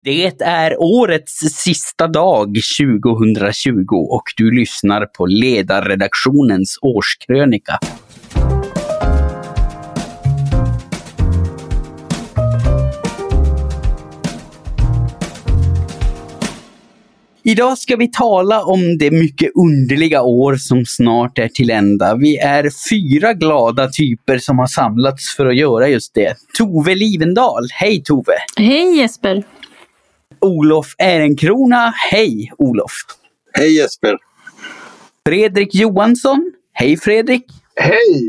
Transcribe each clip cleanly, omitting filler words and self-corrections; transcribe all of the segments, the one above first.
Det är årets sista dag 2020 och du lyssnar på Ledarredaktionens årskrönika. Idag ska vi tala om det mycket underliga år som snart är till ända. Vi är 4 glada typer som har samlats för att göra just det. Tove Livendal, hej Tove! Hej Jesper! Olof Ehrenkrona, hej Olof! Hej Jesper! Fredrik Johansson, hej Fredrik! Hej!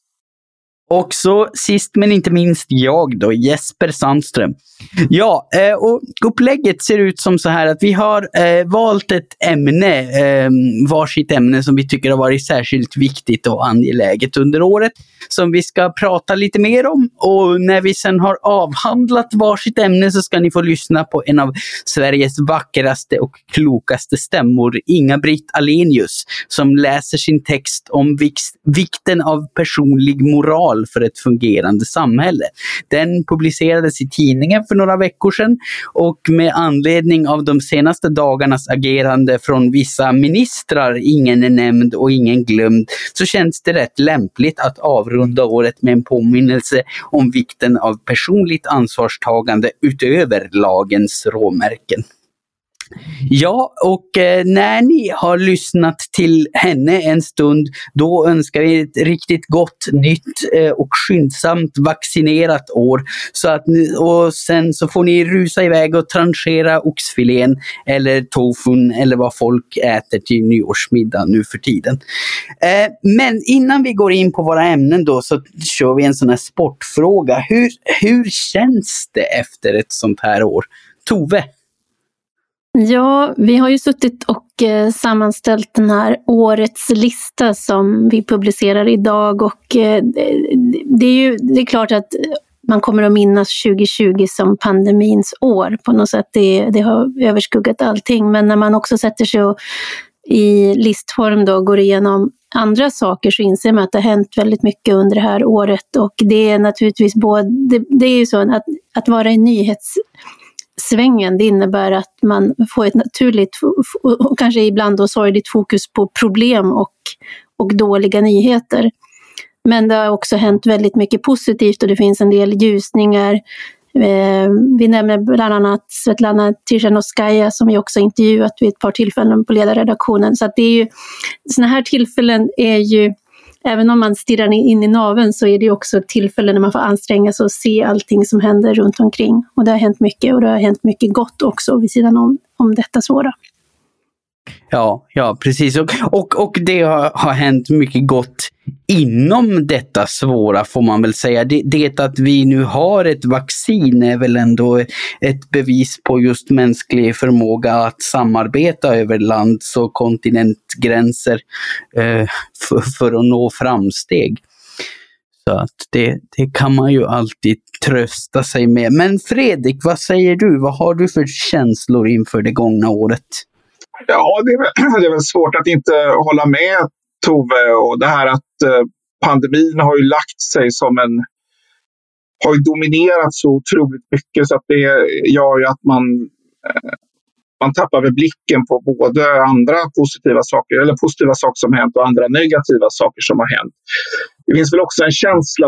Och så sist men inte minst jag då, Jesper Sandström. Ja, och upplägget ser ut som så här att vi har valt ett ämne, varsitt ämne som vi tycker har varit särskilt viktigt och angeläget under året, som vi ska prata lite mer om. Och när vi sen har avhandlat varsitt ämne så ska ni få lyssna på en av Sveriges vackraste och klokaste stämmor, Inga-Britt Ahlenius, som läser sin text om vikten av personlig moral för ett fungerande samhälle. Den publicerades i tidningen för några veckor sedan och med anledning av de senaste dagarnas agerande från vissa ministrar, ingen är nämnd och ingen glömd, så känns det rätt lämpligt att avrunda året med en påminnelse om vikten av personligt ansvarstagande utöver lagens råmärken. Ja, och när ni har lyssnat till henne en stund, då önskar vi ett riktigt gott nytt och skyndsamt vaccinerat år. Så att och sen så får ni rusa iväg och tranchera oxfilén eller tofun eller vad folk äter till nyårsmiddag nu för tiden. Men innan vi går in på våra ämnen då, så kör vi en sån här sportfråga. Hur känns det efter ett sånt här år? Tove? Ja, vi har ju suttit och sammanställt den här årets lista som vi publicerar idag, och det är klart att man kommer att minnas 2020 som pandemins år på något sätt. Det har överskuggat allting, men när man också sätter sig och i listform då går igenom andra saker så inser man att det har hänt väldigt mycket under det här året, och det är naturligtvis det är ju så att vara i nyhetssvängen, det innebär att man får ett naturligt och kanske ibland då sorgligt fokus på problem och dåliga nyheter. Men det har också hänt väldigt mycket positivt och det finns en del ljusningar. Vi nämner bland annat Svetlana Tichanovskaja som vi också intervjuat vid ett par tillfällen på ledarredaktionen. Så att det är ju, såna här tillfällen är ju, även om man stirrar in i naveln, så är det också tillfällen när man får anstränga sig och se allting som händer runt omkring. Och det har hänt mycket, och det har hänt mycket gott också vid sidan om detta svåra. Ja, precis. Och det har hänt mycket gott inom detta svåra, får man väl säga. Det att vi nu har ett vaccin är väl ändå ett bevis på just mänsklig förmåga att samarbeta över lands- och kontinentgränser för att nå framsteg. Så att det kan man ju alltid trösta sig med. Men Fredrik, vad säger du? Vad har du för känslor inför det gångna året? Ja, det är väl svårt att inte hålla med Tove, och det här att pandemin har ju lagt sig har ju dominerat så otroligt mycket, så att det gör ju att man tappar väl blicken på både andra positiva saker som hänt och andra negativa saker som har hänt. Det finns väl också en känsla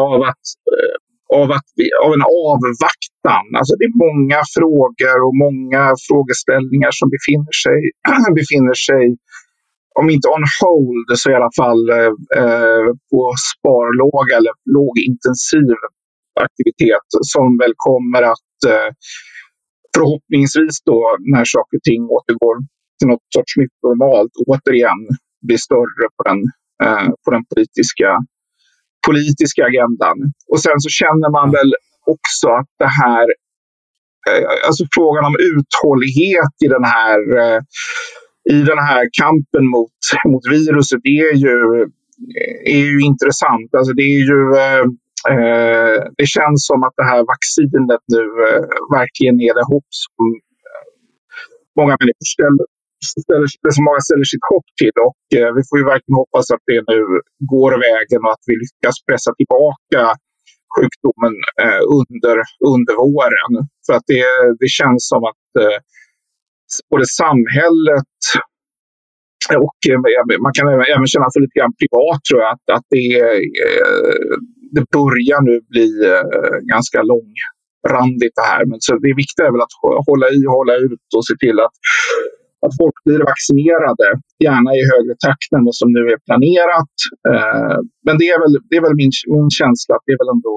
av en avvaktan. Alltså det är många frågor och många frågeställningar som befinner sig om inte on hold så i alla fall på sparlåga eller lågintensiv aktivitet, som väl kommer att förhoppningsvis då, när saker och ting återgår till något sorts nytt normalt, återigen blir större på den politiska agendan. Och sen så känner man väl också att det här, alltså frågan om uthållighet i den här kampen mot viruset är ju intressant. Alltså det känns som att det här vaccinet nu verkligen är det hopp som många människor ställer sitt hopp till, och vi får ju verkligen hoppas att det nu går vägen och att vi lyckas pressa tillbaka sjukdomen under våren. För att det känns som att både samhället och man kan även känna sig lite grann privat, tror jag, att det börjar nu bli ganska långrandigt det här. Men så det viktiga är väl att hålla ut och se till att folk blir vaccinerade, gärna i högre takt än vad som nu är planerat. Men det är väl min känsla att det är väl ändå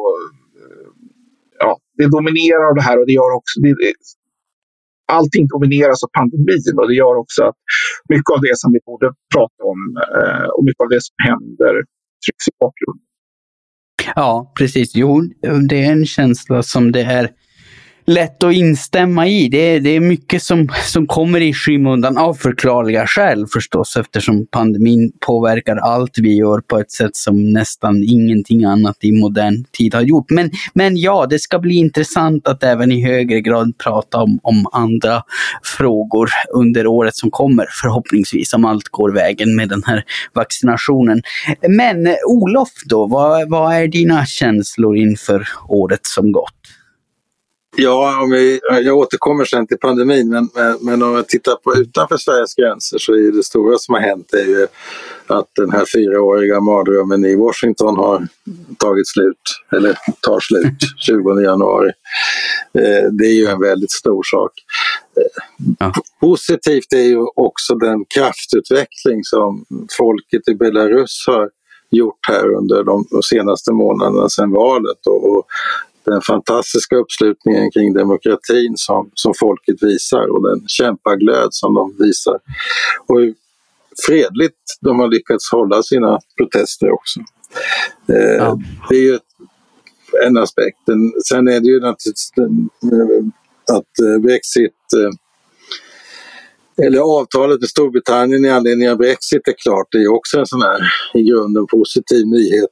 det dominerar av det här, och det gör också allting domineras av pandemin, och det gör också att mycket av det som vi borde prata om och mycket av det som händer trycks i bakgrunden. Ja, precis. Jo, det är en känsla som det är lätt att instämma i. Det är mycket som kommer i skymundan av förklarliga skäl förstås, eftersom pandemin påverkar allt vi gör på ett sätt som nästan ingenting annat i modern tid har gjort. Men ja, det ska bli intressant att även i högre grad prata om andra frågor under året som kommer, förhoppningsvis, om allt går vägen med den här vaccinationen. Men Olof då, vad är dina känslor inför året som gått? Ja, jag återkommer sen till pandemin, men om jag tittar på utanför Sveriges gränser, så är det stora som har hänt är ju att den här 4-åriga mardrömmen i Washington har tagit slut, eller tar slut 20 januari. Det är ju en väldigt stor sak. Positivt är ju också den kraftutveckling som folket i Belarus har gjort här under de senaste månaderna sedan valet, och den fantastiska uppslutningen kring demokratin som folket visar, och den kämpaglöd som de visar, och hur fredligt de har lyckats hålla sina protester också. Det är ju en aspekt. Sen är det ju naturligtvis att Brexit, eller avtalet med Storbritannien i anledning av Brexit är klart. Det är också en sån här i grunden positiv nyhet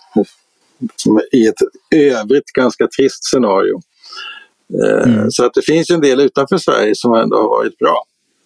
i ett övrigt ganska trist scenario. Så att det finns en del utanför Sverige som ändå har varit bra.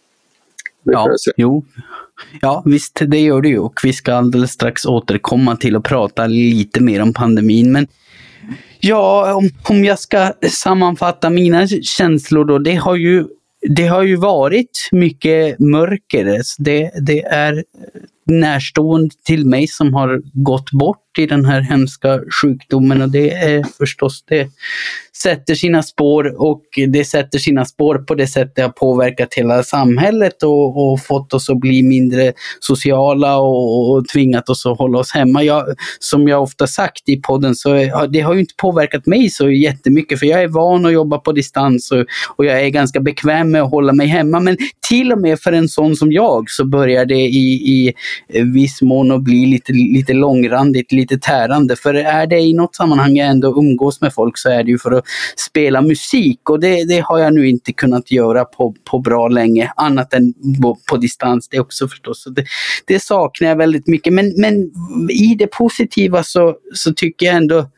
Ja, visst, det gör det ju, och vi ska alldeles strax återkomma till att prata lite mer om pandemin. Men ja, om jag ska sammanfatta mina känslor då, det har ju varit mycket mörker. Det är närstående till mig som har gått bort i den här hemska sjukdomen, och det är förstås, det sätter sina spår, och det sätter sina spår på det sätt det har påverkat hela samhället och fått oss att bli mindre sociala och tvingat oss att hålla oss hemma. Som jag ofta sagt i podden, så det har ju inte påverkat mig så jättemycket, för jag är van att jobba på distans och jag är ganska bekväm med att hålla mig hemma, men till och med för en sån som jag så börjar det i viss mån att bli lite långrandigt, lite tärande. För är det i något sammanhang jag ändå umgås med folk, så är det ju för att spela musik, och det har jag nu inte kunnat göra på bra länge, annat än på distans. Det är också förstås, det saknar jag väldigt mycket, men i det positiva så tycker jag ändå,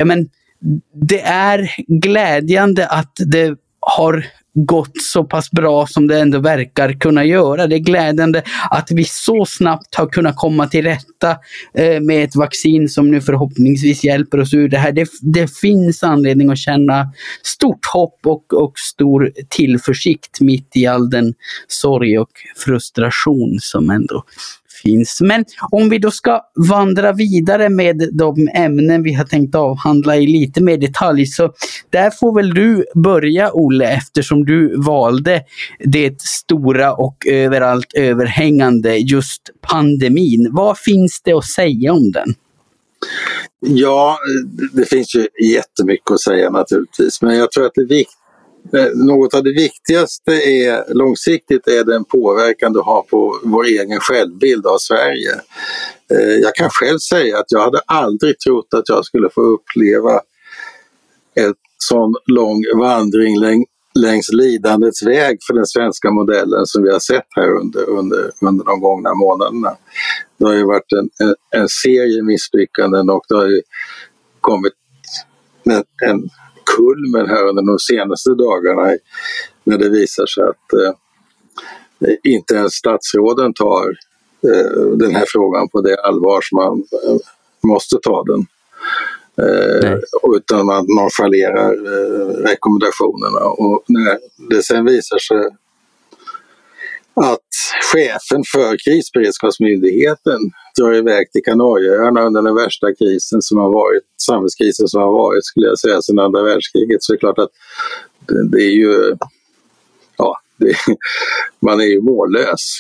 det är glädjande att det har gått så pass bra som det ändå verkar kunna göra. Det är glädjande att vi så snabbt har kunnat komma till rätta med ett vaccin som nu förhoppningsvis hjälper oss ur det här. Det finns anledning att känna stort hopp och stor tillförsikt mitt i all den sorg och frustration som ändå finns. Men om vi då ska vandra vidare med de ämnen vi har tänkt avhandla i lite mer detalj, så där får väl du börja, Olle, eftersom du valde det stora och överallt överhängande, just pandemin. Vad finns det att säga om den? Ja, det finns ju jättemycket att säga naturligtvis, men jag tror att något av det viktigaste långsiktigt är den påverkan du har på vår egen självbild av Sverige. Jag kan själv säga att jag hade aldrig trott att jag skulle få uppleva en sån lång vandring längs lidandets väg för den svenska modellen som vi har sett här under de gångna månaderna. Det har ju varit en serie misslyckanden, och det har ju kommit en kulmen här under de senaste dagarna när det visar sig att inte ens statsråden tar den här frågan på det allvar som man måste ta den. utan man nonchalerar rekommendationerna. Och när det sen visar sig att chefen för krisberedskapsmyndigheten drar iväg till Kanarieöarna under den värsta krisen som har varit, samhällskrisen som har varit, skulle jag säga, sedan andra världskriget, så är det klart att det är ju, man är ju mållös.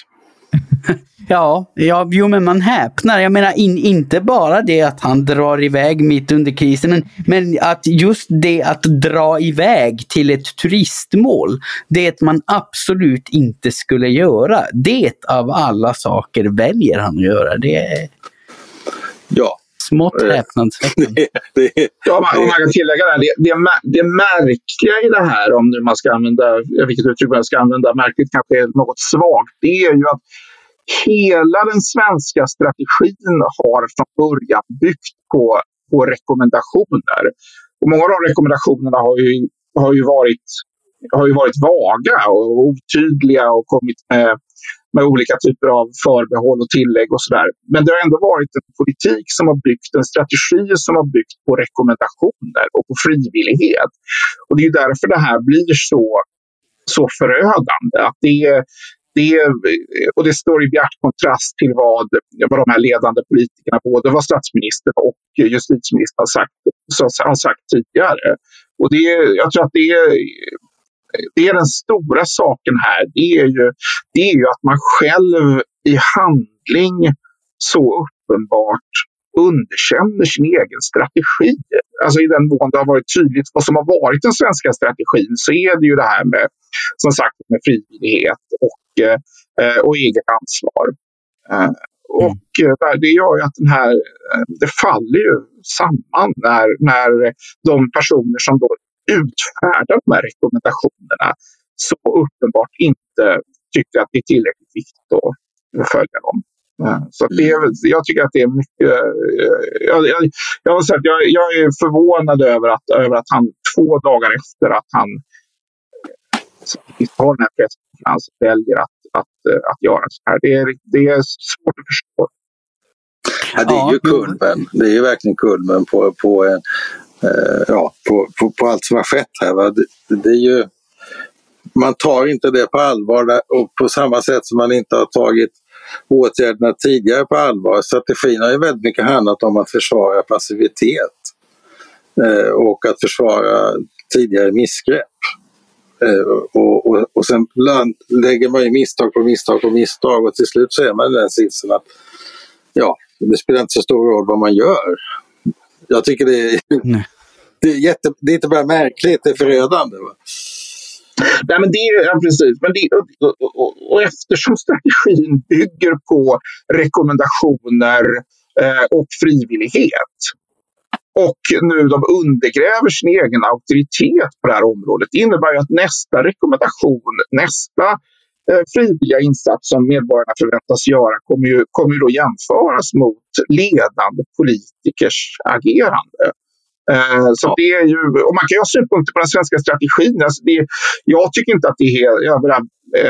Jo, men man häpnar. Jag menar inte bara det att han drar iväg mitt under krisen, men att just det att dra iväg till ett turistmål, det man absolut inte skulle göra. Det av alla saker väljer han att göra. Det är smått häpnadsväckande. Man kan tillägga det märkliga i det här, om nu man ska använda, vilket uttryck man ska använda, märkligt kanske är något svagt, det är ju att hela den svenska strategin har från början byggt på rekommendationer. Och många av de rekommendationerna har ju varit vaga och otydliga och kommit med olika typer av förbehåll och tillägg och sådär. Men det har ändå varit en politik som har byggt, en strategi som har byggt på rekommendationer och på frivillighet. Och det är därför det här blir så förödande. Att och det står i bjärt kontrast till vad de här ledande politikerna, både vad statsministern och justitieministern har sagt tidigare. Och jag tror att det är den stora saken här. Det är ju att man själv i handling så uppenbart underkänner sin egen strategi. Alltså i den mån det har varit tydligt vad som har varit den svenska strategin, så är det ju det här med, som sagt, med frivillighet och eget ansvar. Och det gör ju att det faller ju samman när de personer som då utfärdar de här rekommendationerna så uppenbart inte tycker att det är tillräckligt viktigt att följa dem. Så jag tycker att det är mycket. Jag är förvånad över att han 2 dagar efter att han har den här presskonferensen väljer att göra så här. Det är svårt att förstå. Ja, det är ju kulmen. Det är ju verkligen kulmen på allt som har skett här. Va? Det är ju, man tar inte det på allvar, och på samma sätt som man inte har tagit åtgärderna tidigare på allvar. Strategin har ju väldigt mycket handlat om att försvara passivitet och att försvara tidigare missgrepp. Och sen lägger man ju misstag på misstag, och till slut så är man i den sitsen att det spelar inte så stor roll vad man gör. Jag tycker det är inte bara märkligt, det är förödande. Va? Nej, men det är precis. Men och eftersom strategin bygger på rekommendationer och frivillighet, och nu de undergräver sin egen auktoritet på det här området, det innebär ju att nästa rekommendation, nästa frivilliga insats som medborgarna förväntas göra kommer ju då jämföras mot ledande politikers agerande. Så det är ju, och man kan ju ha synpunkter på den svenska strategin. Alltså jag tycker inte att det är helt,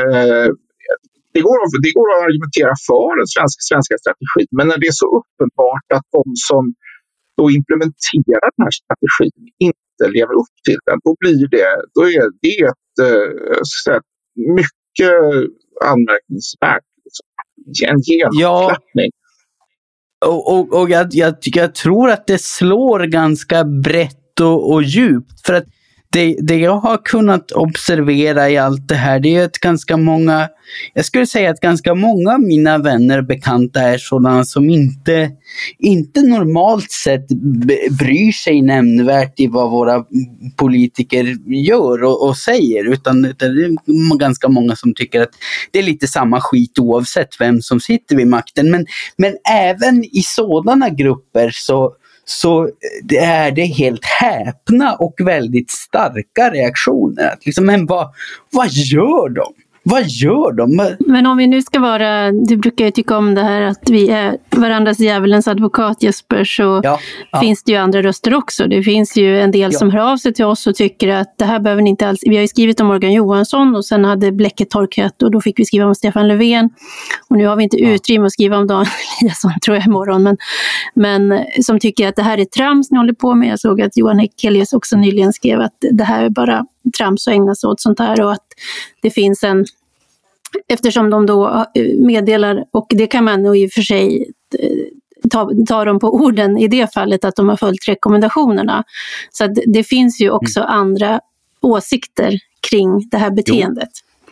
det går att argumentera för den svenska strategin, men när det är så uppenbart att de som då implementerar den här strategin inte lever upp till den, då är det ett mycket anmärkningsvärt, en genomklappning. Och jag tror att det slår ganska brett och djupt, för att det jag har kunnat observera i allt det här, det är att ganska många av mina vänner och bekanta är sådana som inte normalt sett bryr sig nämnvärt i vad våra politiker gör och säger, utan det är ganska många som tycker att det är lite samma skit oavsett vem som sitter vid makten. Men även i sådana grupper så det är det helt häpna och väldigt starka reaktioner. Men vad gör de? Vad gör de? Men om vi nu ska vara, du brukar ju tycka om det här att vi är varandras djävulens advokat, Jesper, så finns det ju andra röster också. Det finns ju en del som hör av sig till oss och tycker att det här behöver ni inte alls. Vi har ju skrivit om Morgan Johansson och sen hade bläcket torkat och då fick vi skriva om Stefan Löfven. Och nu har vi inte utrymme att skriva om Dan Eliasson, tror jag, imorgon. Men som tycker att det här är trams ni håller på med. Jag såg att Johan Häckellius också nyligen skrev att det här är bara trams och ägna sig åt sånt här och att det finns eftersom de då meddelar, och det kan man nog i och för sig ta dem på orden i det fallet, att de har följt rekommendationerna. Så att det finns ju också andra åsikter kring det här beteendet.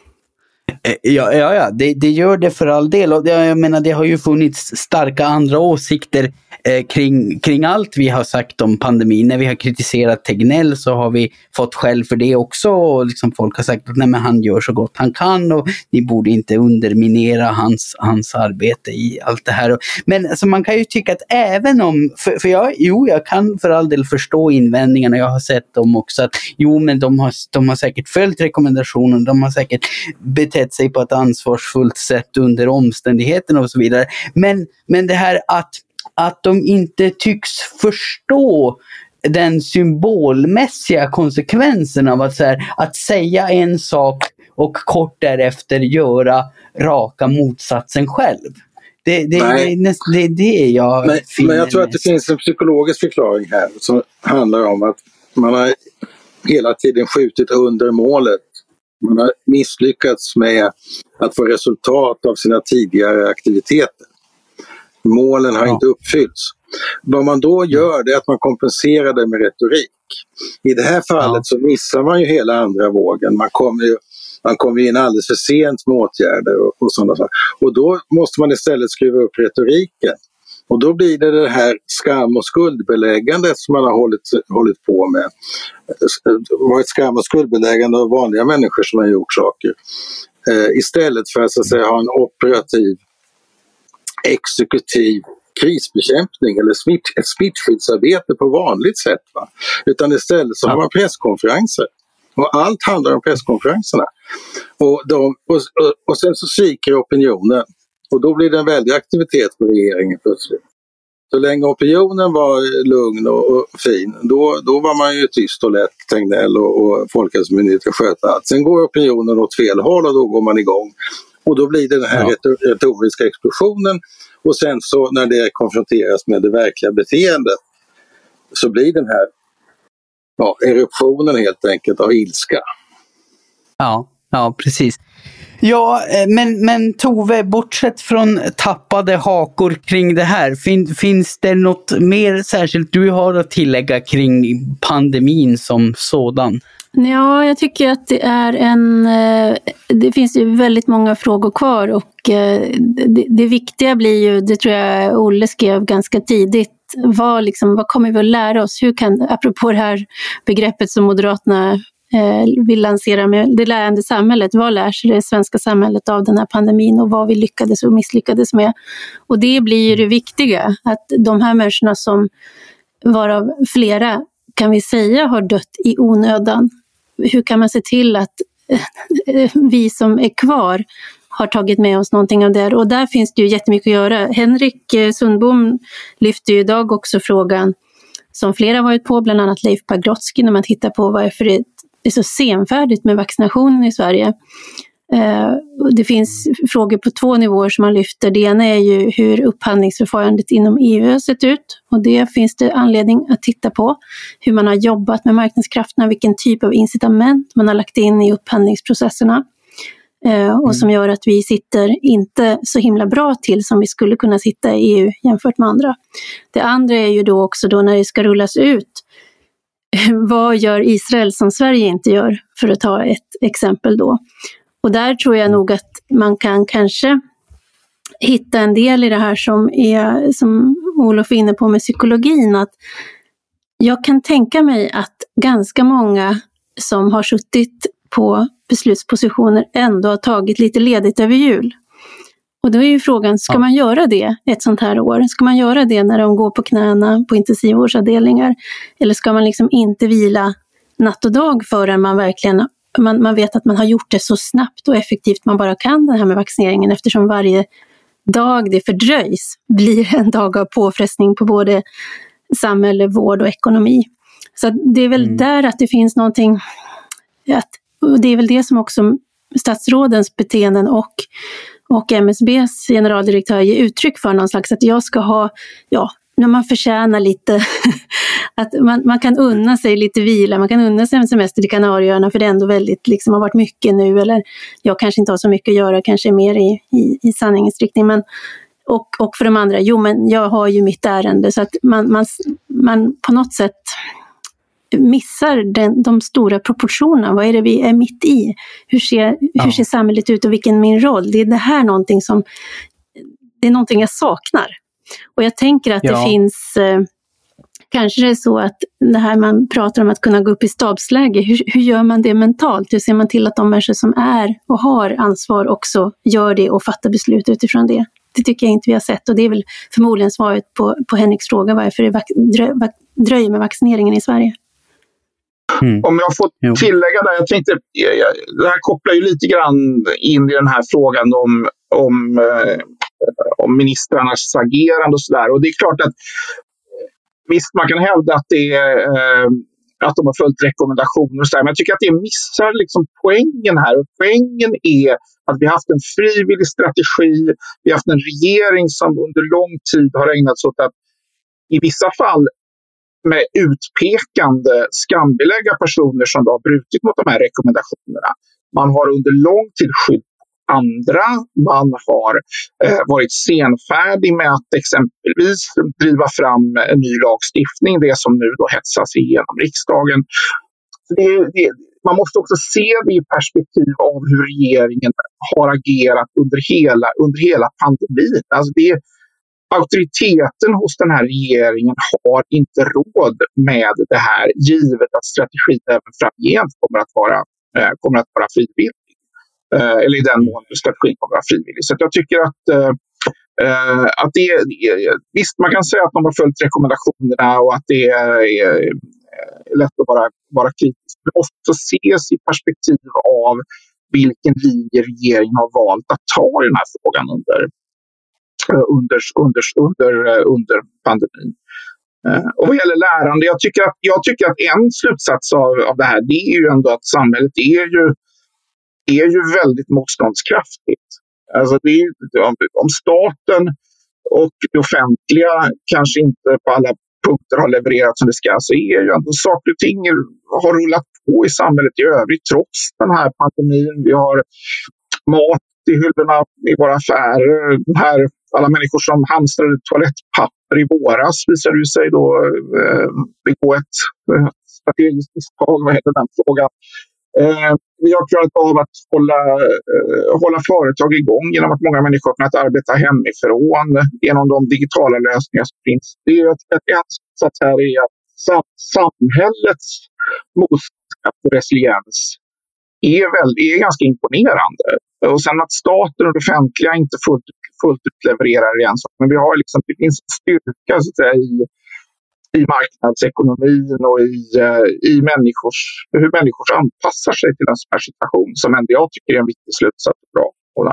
Ja, det gör det för all del. Och jag menar, det har ju funnits starka andra åsikter kring allt vi har sagt om pandemin. När vi har kritiserat Tegnell så har vi fått skäll för det också. Och liksom folk har sagt att nej, men han gör så gott han kan och ni borde inte underminera hans arbete i allt det här. Men alltså, man kan ju tycka att även om, för jag kan för all del förstå invändningarna, jag har sett dem också, att men de har säkert följt rekommendationen, de har säkert betett sig på ett ansvarsfullt sätt under omständigheterna och så vidare. Men det här att de inte tycks förstå den symbolmässiga konsekvensen av att säga en sak och kort därefter göra raka motsatsen själv. Det är det jag finner. Men jag tror att det finns en psykologisk förklaring här som handlar om att man har hela tiden skjutit under målet. Man har misslyckats med att få resultat av sina tidigare aktiviteter. Målen har inte uppfyllts. Vad man då gör, det är att man kompenserar det med retorik. I det här fallet så missar man ju hela andra vågen. Man kommer in alldeles för sent med åtgärder och sådana saker. Och då måste man istället skruva upp retoriken. Och då blir det här skam- och skuldbeläggandet som man har hållit på med. Det var ett skam- och skuldbeläggande av vanliga människor som har gjort saker. Istället för att, så att säga, ha en operativ, exekutiv krisbekämpning eller ett smittskyddsarbete på vanligt sätt. Va? Utan istället så har man presskonferenser. Och allt handlar om presskonferenserna. Och sen så sviker opinionen. Och då blir det en väldig aktivitet på regeringen plötsligt. Så länge opinionen var lugn och fin, då var man ju tyst och lätt, Tegnell och Folkhälsomyndigheten sköta allt. Sen går opinionen åt fel håll och då går man igång. Och då blir det den här retoriska explosionen. Och sen så när det konfronteras med det verkliga beteendet så blir den här eruptionen helt enkelt av ilska. Ja, precis. Ja, men Tove, bortsett från tappade hakor kring det här, finns det något mer särskilt du har att tillägga kring pandemin som sådan? Ja, jag tycker att det finns ju väldigt många frågor kvar och det viktiga blir ju, det tror jag Olle skrev ganska tidigt, vad kommer vi att lära oss? Apropå det här begreppet som Moderaterna vill lansera med det lärande samhället, vad lär sig det svenska samhället av den här pandemin och vad vi lyckades och misslyckades med? Och det blir ju det viktiga, att de här människorna som varav flera kan vi säga har dött i onödan. Hur kan man se till att vi som är kvar har tagit med oss någonting av det? Och där finns det ju jättemycket att göra. Henrik Sundbom lyfter ju idag också frågan som flera varit på, bland annat Leif Pagrotsky, när man tittar på varför det är så senfärdigt med vaccinationen i Sverige. Det finns frågor på 2 nivåer som man lyfter. Det ena är ju hur upphandlingsförfarandet inom EU har sett ut. Och det finns det anledning att titta på. Hur man har jobbat med marknadskrafterna, vilken typ av incitament man har lagt in i upphandlingsprocesserna. Och som gör att vi sitter inte så himla bra till som vi skulle kunna sitta i EU jämfört med andra. Det andra är ju då också när det ska rullas ut. Vad gör Israel som Sverige inte gör, för att ta ett exempel då. Och där tror jag nog att man kan kanske hitta en del i det här som Olof är inne på med psykologin. Att jag kan tänka mig att ganska många som har suttit på beslutspositioner ändå har tagit lite ledigt över jul. Och då är ju frågan, ska man göra det ett sånt här år? Ska man göra det när de går på knäna på intensivvårdsavdelningar? Eller ska man liksom inte vila natt och dag förrän man verkligen man vet att man har gjort det så snabbt och effektivt man bara kan det här med vaccineringen, eftersom varje dag det fördröjs blir en dag av påfrestning på både samhälle, vård och ekonomi. Så det är väl där att det finns någonting, och det är väl det som också statsrådens beteenden och MSBs generaldirektör ger uttryck för, någon slags att jag ska ha, när man förtjänar lite, att man kan unna sig lite vila, man kan unna sig en semester till Kanarieöarna, för det är ändå väldigt, liksom, har varit mycket nu, eller jag kanske inte har så mycket att göra, kanske mer i sanningens riktning, men och för de andra, men jag har ju mitt ärende, så att man på något sätt missar de stora proportionerna. Vad är det vi är mitt i? Hur ser samhället ut och vilken är min roll? Det är det här det är någonting jag saknar. Och jag tänker att det finns, kanske det är så att det här man pratar om att kunna gå upp i stabsläge, hur gör man det mentalt? Hur ser man till att de människor som är och har ansvar också gör det och fattar beslut utifrån det? Det tycker jag inte vi har sett, och det är väl förmodligen svaret på Henriks fråga varför det dröjer med vaccineringen i Sverige. Om jag får tillägga där, jag tänkte, det här kopplar ju lite grann in i den här frågan om ministrarnas agerande och sådär. Och det är klart att visst, man kan hävda att att de har följt rekommendationer och sådär, men jag tycker att det missar liksom poängen här. Och poängen är att vi har haft en frivillig strategi, vi har haft en regering som under lång tid har ägnat sig åt att i vissa fall med utpekande skambelägga personer som har brutit mot de här rekommendationerna. Man har under lång tid skyllt andra, man har varit senfärdig med att exempelvis driva fram en ny lagstiftning, det som nu då hetsas igenom riksdagen. Man måste också se det i perspektiv av hur regeringen har agerat under hela pandemin. Alltså auktoriteten hos den här regeringen har inte råd med det här, givet att strategin även framgent kommer att vara frivillig. Eller i den mån strategin kommer att vara frivillig. Så jag tycker att visst, man kan säga att de har följt rekommendationerna och att det är lätt att vara kritisk. Men också ses i perspektiv av vilken linje regeringen har valt att ta i den här frågan under pandemin. Och vad gäller lärande, jag tycker att en slutsats av det här, det är ju ändå att samhället är ju väldigt motståndskraftigt. Alltså om staten och det offentliga kanske inte på alla punkter har levererat som det ska, så är ju ändå saker och ting har rullat på i samhället i övrigt trots den här pandemin. Vi har mat i hyllorna i våra affärer. Alla människor som hamstrade toalettpapper i våras visade ju sig då begå ett strategiskt misstag. Vad heter den frågan? Vi har klarat av att hålla företag igång genom att många människor har kunnat arbeta hemifrån genom de digitala lösningar som finns. Det är ett ansats här är att samhällets motståndskraft och resiliens är ganska imponerande. Och sen att staten och det offentliga inte fullt ut levererar igen. Men vi har liksom, det finns en styrka så att säga, i marknadsekonomin och i hur människor anpassar sig till en sån här situation, som ändå jag tycker är en viktig slutsats. Bra.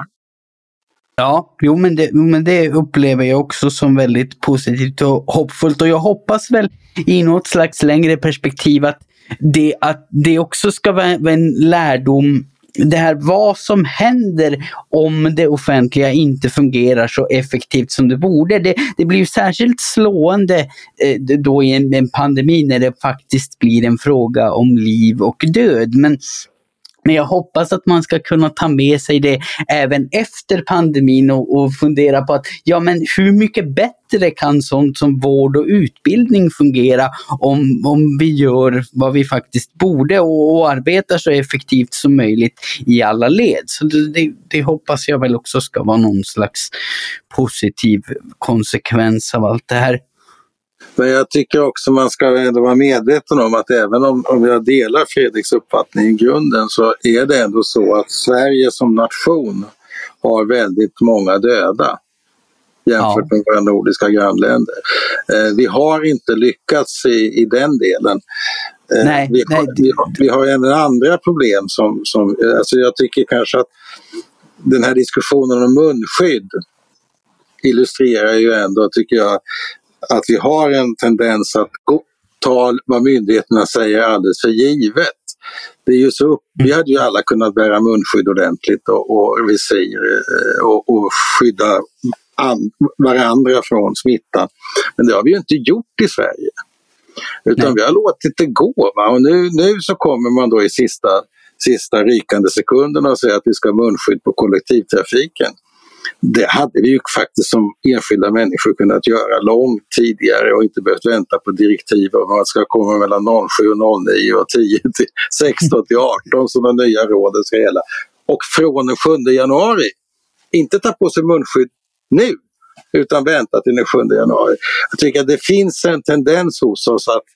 Ja, men det upplever jag också som väldigt positivt och hoppfullt, och jag hoppas väl i något slags längre perspektiv att det också ska vara en lärdom, det här vad som händer om det offentliga inte fungerar så effektivt som det borde. Det blir ju särskilt slående då i en pandemi när det faktiskt blir en fråga om liv och död. Men jag hoppas att man ska kunna ta med sig det även efter pandemin och fundera på att men hur mycket bättre kan sånt som vård och utbildning fungera om vi gör vad vi faktiskt borde och arbetar så effektivt som möjligt i alla led. Så det hoppas jag väl också ska vara någon slags positiv konsekvens av allt det här. Men jag tycker också man ska ändå vara medveten om att även om jag delar Fredriks uppfattning i grunden, så är det ändå så att Sverige som nation har väldigt många döda jämfört med våra nordiska grannländer. Vi har inte lyckats i den delen. Vi har även andra problem som alltså jag tycker kanske att den här diskussionen om munskydd illustrerar ju ändå, tycker jag, att vi har en tendens att ta vad myndigheterna säger alldeles för givet. Det är ju så, vi hade ju alla kunnat bära munskydd ordentligt och visir och skydda varandra från smittan. Men det har vi ju inte gjort i Sverige. Utan vi har låtit det gå. Va? Och nu så kommer man då i sista rykande sekunderna och säger att vi ska ha munskydd på kollektivtrafiken. Det hade vi ju faktiskt som enskilda människor kunnat göra långt tidigare och inte behövt vänta på direktiv om att man ska komma mellan 07 och 09 och 10 till 16 till 18 som de nya råden ska gälla. Och från den 7 januari, inte ta på sig munskydd nu, utan vänta till den 7 januari. Jag tycker att det finns en tendens hos oss att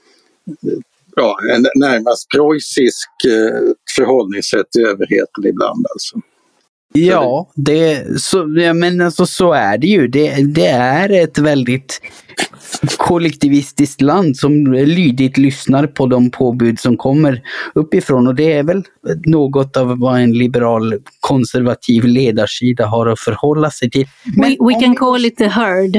en närmast preussisk förhållningssätt till överheten ibland alltså. Ja, så är det ju. Det är ett väldigt kollektivistiskt land som lydigt lyssnar på de påbud som kommer uppifrån, och det är väl något av vad en liberal konservativ ledarsida har att förhålla sig till. We can call it the herd.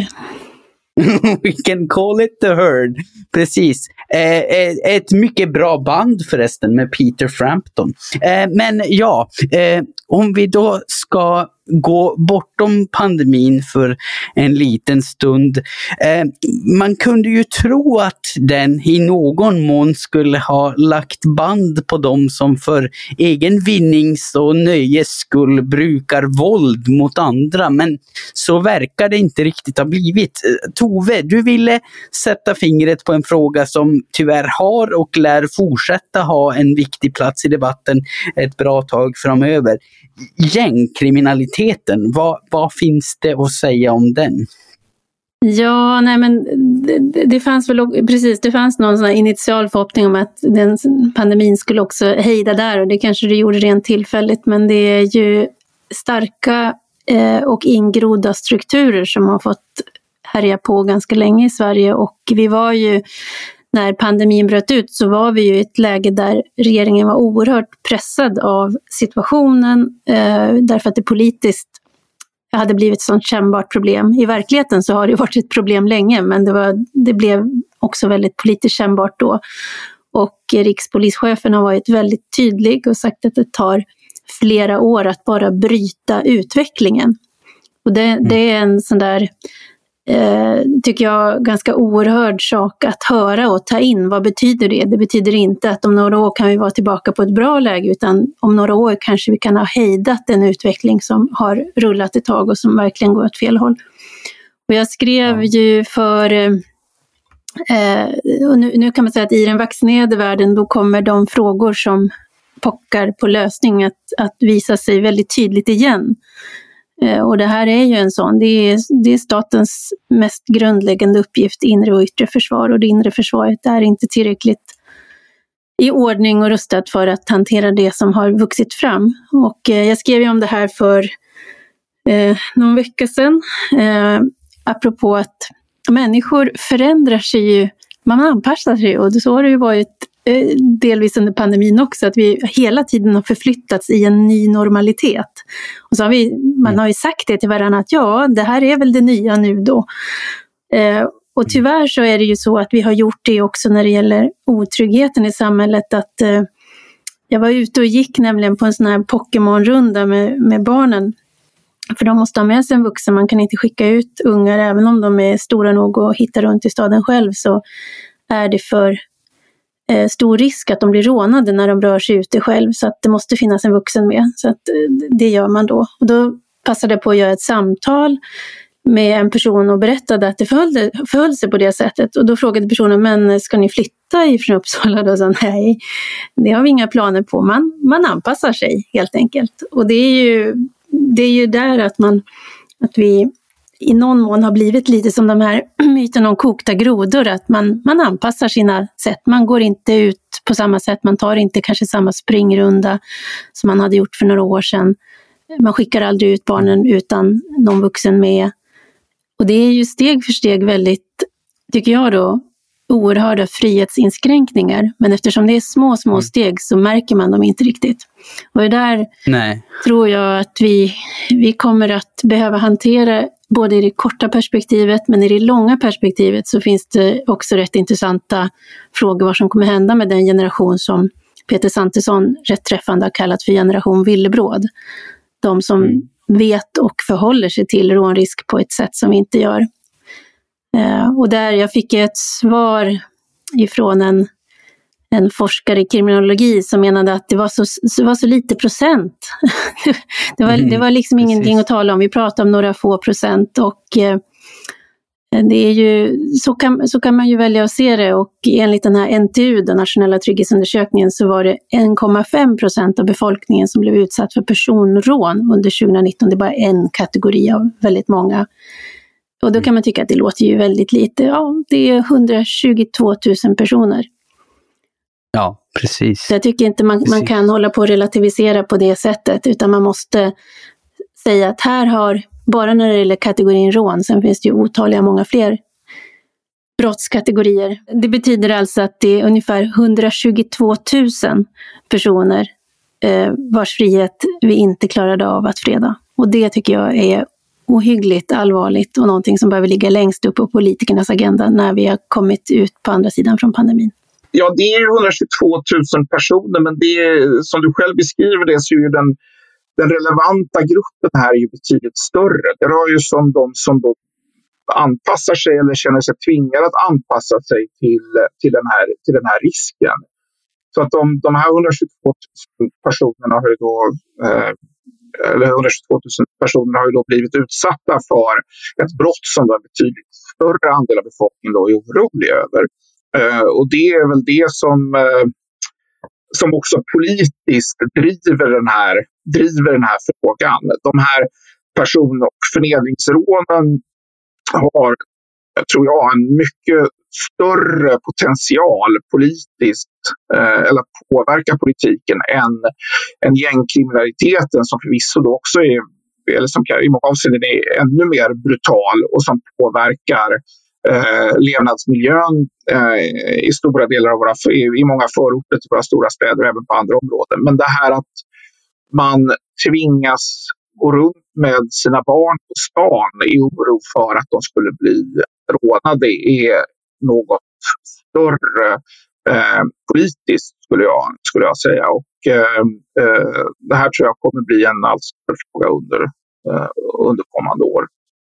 We can call it the herd. Precis. Ett mycket bra band förresten med Peter Frampton. Men ja, om vi då ska gå bortom pandemin för en liten stund. Man kunde ju tro att den i någon mån skulle ha lagt band på dem som för egen vinnings och nöjes skull brukar våld mot andra, men så verkar det inte riktigt ha blivit. Tove, du ville sätta fingret på en fråga som tyvärr har och lär fortsätta ha en viktig plats i debatten ett bra tag framöver. Gängkriminaliteten, vad finns det att säga om den? Ja, nej men det fanns väl precis, det fanns någon sån här initial förhoppning om att den pandemin skulle också hejda där, och det kanske det gjorde rent tillfälligt, men det är ju starka och ingrodda strukturer som har fått härja på ganska länge i Sverige, och vi var ju, när pandemin bröt ut så var vi ju i ett läge där regeringen var oerhört pressad av situationen därför att det politiskt hade blivit ett sånt kännbart problem. I verkligheten så har det varit ett problem länge, men det blev också väldigt politiskt kännbart då. Och rikspolischefen har varit väldigt tydlig och sagt att det tar flera år att bara bryta utvecklingen. Och det är en sån där tycker jag ganska oerhörd sak att höra och ta in. Vad betyder det? Det betyder inte att om några år kan vi vara tillbaka på ett bra läge, utan om några år kanske vi kan ha hejdat en utveckling som har rullat ett tag och som verkligen går åt fel håll. Och jag skrev ju för och nu kan man säga att i den vaccinerade världen då kommer de frågor som pockar på lösning att visa sig väldigt tydligt igen. Och det här är ju en sån, det är statens mest grundläggande uppgift, inre och yttre försvar, och det inre försvaret är inte tillräckligt i ordning och rustat för att hantera det som har vuxit fram. Och jag skrev ju om det här för någon vecka sedan, apropå att människor förändrar sig ju, man anpassar sig, och så har det ju varit delvis under pandemin också, att vi hela tiden har förflyttats i en ny normalitet. Och så har man har ju sagt det till varandra att ja, det här är väl det nya nu då. Och tyvärr så är det ju så att vi har gjort det också när det gäller otryggheten i samhället. Att jag var ute och gick nämligen på en sån här Pokémon-runda med barnen. För de måste ha med sig en vuxen, man kan inte skicka ut ungar även om de är stora nog och hittar runt i staden själv, så är det för stor risk att de blir rånade när de rör sig ute själv, så att det måste finnas en vuxen med. Så att det gör man då. Och då passade jag på att göra ett samtal med en person och berättade att det förhöll sig på det sättet. Och då frågade personen, men ska ni flytta ifrån Uppsala? Då sa nej, det har vi inga planer på. Man anpassar sig helt enkelt. Och det är ju där att vi i någon mån har blivit lite som de här myten om kokta grodor, att man anpassar sina sätt. Man går inte ut på samma sätt, man tar inte kanske samma springrunda som man hade gjort för några år sedan. Man skickar aldrig ut barnen utan någon vuxen med. Och det är ju steg för steg väldigt, tycker jag då, oerhörda frihetsinskränkningar. Men eftersom det är små steg så märker man dem inte riktigt. Och det där tror jag att vi kommer att behöva hantera både i det korta perspektivet, men i det långa perspektivet så finns det också rätt intressanta frågor vad som kommer hända med den generation som Peter Santesson rätt träffande har kallat för generation villebråd. De som vet och förhåller sig till rånrisk på ett sätt som vi inte gör. Och där jag fick ett svar ifrån en forskare i kriminologi som menade att det var så lite procent. det var liksom ingenting att tala om. Vi pratar om några få procent och det är ju, så kan man ju välja att se det, och enligt den här NTU, den nationella trygghetsundersökningen, så var det 1,5% av befolkningen som blev utsatt för personrån under 2019. Det är bara en kategori av väldigt många. Och då kan man tycka att det låter ju väldigt lite. Ja, det är 122 000 personer. Ja, precis. Jag tycker inte man kan hålla på och relativisera på det sättet, utan man måste säga att här har, bara när det gäller kategorin rån, sen finns det ju otaliga många fler brottskategorier. Det betyder alltså att det är ungefär 122 000 personer vars frihet vi inte klarade av att freda. Och det tycker jag är ohyggligt allvarligt och någonting som behöver ligga längst upp på politikernas agenda när vi har kommit ut på andra sidan från pandemin. Ja, det är 122 000 personer, men det som du själv beskriver det, så är ju den relevanta gruppen här är ju betydligt större. Det rör ju som de som då anpassar sig eller känner sig tvingade att anpassa sig till den här risken. Så att de här 122 000 personerna har ju då eller 122 000 personer har ju då blivit utsatta för ett brott som då en betydligt större andel av befolkningen då är orolig över. Och det är väl det som också politiskt driver den här frågan. De här person- och förnedringsrånen har, tror jag, en mycket större potential politiskt eller att påverka politiken än gängkriminaliteten, som förvisso då också är, eller som i många avseenden är ännu mer brutal och som påverkar levnadsmiljön i stora delar av i många förorter till våra stora städer och även på andra områden. Men det här att man tvingas gå runt med sina barn på stan i oro för att de skulle bli rånade är något större politiskt skulle jag säga. Och det här tror jag kommer bli en allt större fråga under kommande år.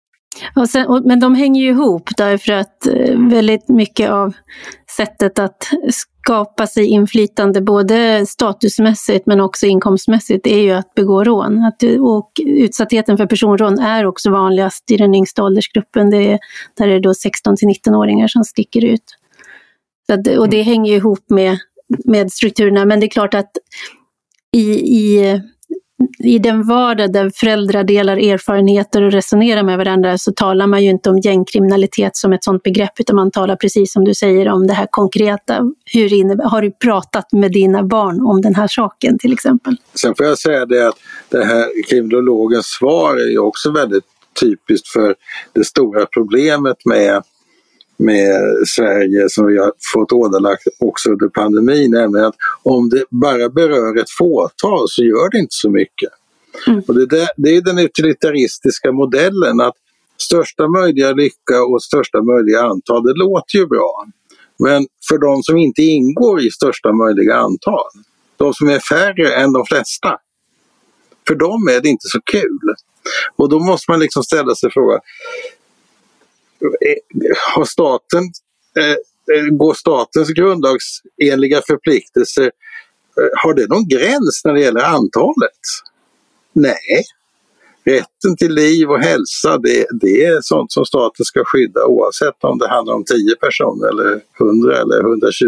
Men de hänger ju ihop, därför att väldigt mycket av sättet att skapa sig inflytande både statusmässigt men också inkomstmässigt är ju att begå rån. Och utsattheten för personrån är också vanligast i den yngsta åldersgruppen. Där är det då 16-19-åringar som sticker ut. Och det hänger ju ihop med strukturerna, men det är klart att i den vardag där föräldrar delar erfarenheter och resonerar med varandra, så talar man ju inte om gängkriminalitet som ett sådant begrepp, utan man talar precis som du säger om det här konkreta. Har du pratat med dina barn om den här saken till exempel? Sen får jag säga det att det här kriminologens svar är ju också väldigt typiskt för det stora problemet med Sverige som vi har fått åderlagt också under pandemin, nämligen att om det bara berör ett fåtal så gör det inte så mycket. Och det är den utilitaristiska modellen, att största möjliga lycka och största möjliga antal, det låter ju bra. Men för de som inte ingår i största möjliga antal, de som är färre än de flesta, för dem är det inte så kul. Och då måste man liksom ställa sig frågan, går statens grundlagsenliga förpliktelser, har det någon gräns när det gäller antalet? Nej. Rätten till liv och hälsa, det är sånt som staten ska skydda oavsett om det handlar om 10 personer eller 100 eller 120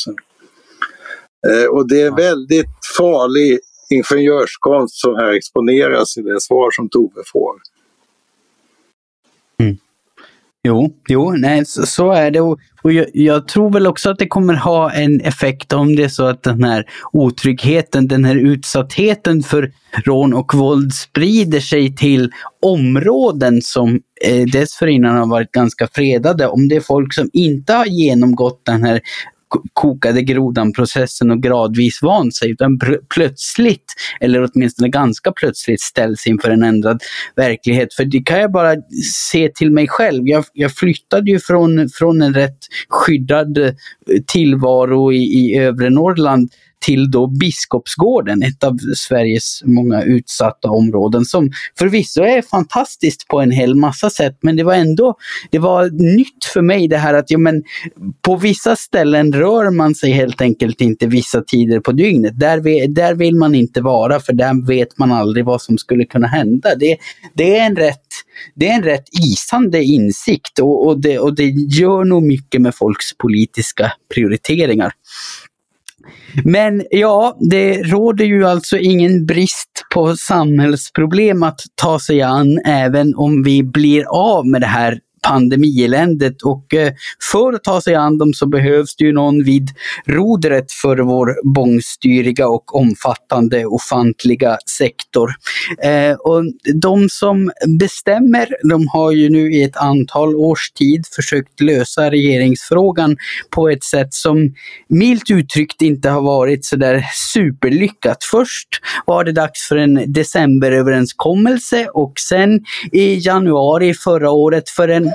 000. Och det är väldigt farlig ingenjörskonst som här exponeras i det svar som Tove får. Jo, nej, så är det. Och jag tror väl också att det kommer ha en effekt om det är så att den här otryggheten, den här utsattheten för rån och våld sprider sig till områden som dessförinnan har varit ganska fredade. Om det är folk som inte har genomgått den här kokade grodan-processen och gradvis vant sig, utan plötsligt, eller åtminstone ganska plötsligt, ställs inför en ändrad verklighet. För det kan jag bara se till mig själv. Jag flyttade ju från en rätt skyddad tillvaro i övre Norrland till då Biskopsgården, ett av Sveriges många utsatta områden som förvisso är fantastiskt på en hel massa sätt, men det var nytt för mig det här att på vissa ställen rör man sig helt enkelt inte vissa tider på dygnet. Där vill man inte vara, för där vet man aldrig vad som skulle kunna hända. Det är en rätt isande insikt och det gör nog mycket med folks politiska prioriteringar. Men ja, det råder ju alltså ingen brist på samhällsproblem att ta sig an även om vi blir av med det här pandemieländet, och för att ta sig an dem så behövs det ju någon vid rodret för vår bångstyriga och omfattande ofantliga sektor. Och de som bestämmer, de har ju nu i ett antal års tid försökt lösa regeringsfrågan på ett sätt som milt uttryckt inte har varit så där superlyckat. Först var det dags för en decemberöverenskommelse och sen i januari förra året för en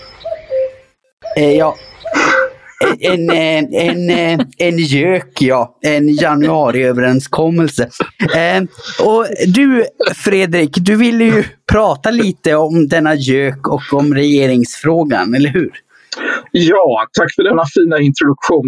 en januariöverenskommelse. Och du, Fredrik, du ville ju prata lite om denna gök och om regeringsfrågan, eller hur? Ja, tack för denna fina introduktion.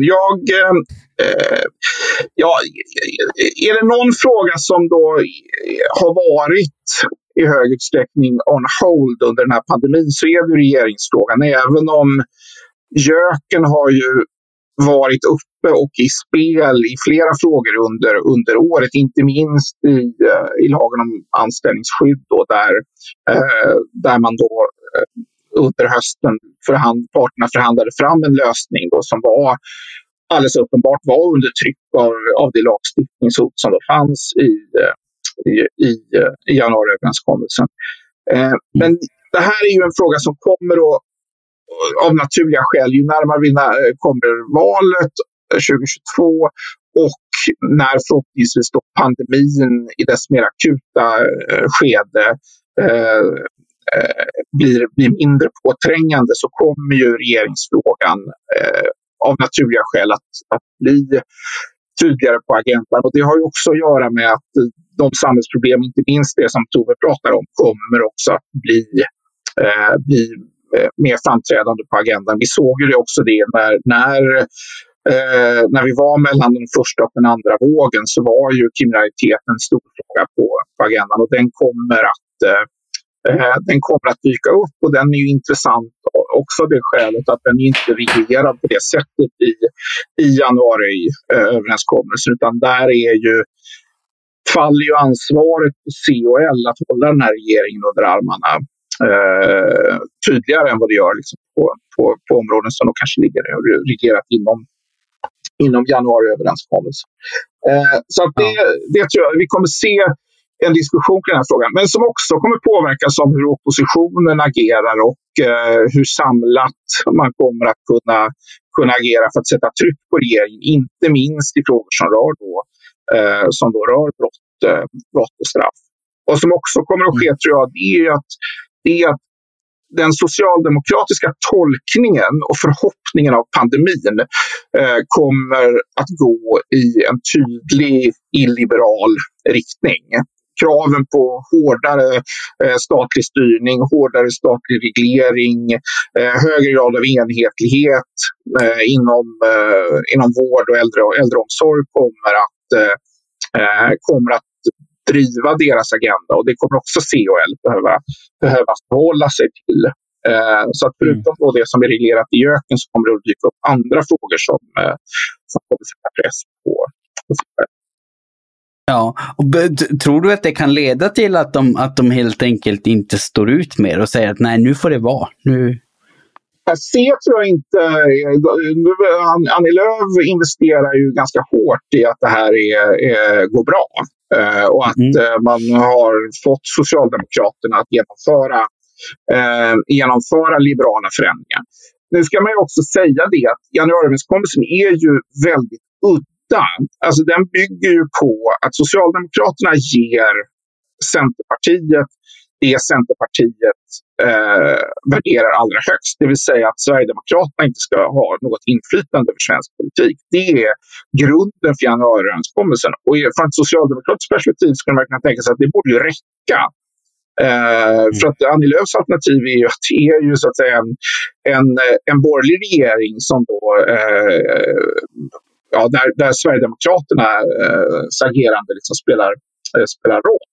Är det någon fråga som då har varit i hög utsträckning on hold under den här pandemin, så är det regeringsfrågan. Även om göken har ju varit uppe och i spel i flera frågor under året, inte minst i lagen om anställningsskydd då, där man då under hösten parterna förhandlade fram en lösning då, som var alldeles uppenbart var under tryck av det lagstiftningshot som då fanns i januariöverenskommelsen. Men det här är ju en fråga som kommer då, av naturliga skäl, ju närmare vi kommer valet 2022 och när förhoppningsvis då pandemin i dess mer akuta skede blir mindre påträngande, så kommer ju regeringsfrågan av naturliga skäl att bli tydligare på agendan. Och det har ju också att göra med att de samhällsproblem, inte minst det som Tove pratar om, kommer också att bli mer framträdande på agendan. Vi såg ju det också när vi var mellan den första och den andra vågen, så var ju kriminaliteten en stor fråga på agendan, och den kommer att dyka upp, och den är ju intressant också det skälet att den inte reglerar på det sättet i januariöverenskommelsen, utan där faller ju ansvaret på COL att hålla den här regeringen under armarna tydligare än vad det gör liksom på områden som då kanske ligger reglerat inom januariöverenskommelsen. Så att det tror jag vi kommer se en diskussion kring den här frågan, men som också kommer påverkas av hur oppositionen agerar och hur samlat man kommer att kunna agera för att sätta tryck på regeringen, inte minst i frågor som rör brott och straff. Och som också kommer att ske, tror jag, det är att den socialdemokratiska tolkningen och förhoppningen av pandemin kommer att gå i en tydlig illiberal riktning. Kraven på hårdare statlig styrning, hårdare statlig reglering, högre grad av enhetlighet inom vård och äldreomsorg kommer att driva deras agenda, och det kommer också COL behöva förhålla sig till. Så att förutom då det som är reglerat i göken, så kommer det att dyka upp andra frågor som kommer sätta press på sig. Ja, och tror du att det kan leda till att de helt enkelt inte står ut mer och säger att nej, nu får det vara. C tror jag inte. Annie Lööf investerar ju ganska hårt i att det här går bra. Och att man har fått Socialdemokraterna att genomföra liberala förändringar. Nu ska man ju också säga det att januariöverenskommelsen är ju väldigt udda. Alltså den bygger ju på att Socialdemokraterna ger Centerpartiet det Centerpartiet värderar allra högst. Det vill säga att Sverigedemokraterna inte ska ha något inflytande över svensk politik. Det är grunden för januariöverenskommelsen. Och från ett socialdemokratiskt perspektiv skulle man kunna tänka sig att det borde ju räcka. För att Annie Lööfs alternativ är ju att det är ju så att säga en borgerlig regering som då där Sverigedemokraterna agerande liksom spelar roll.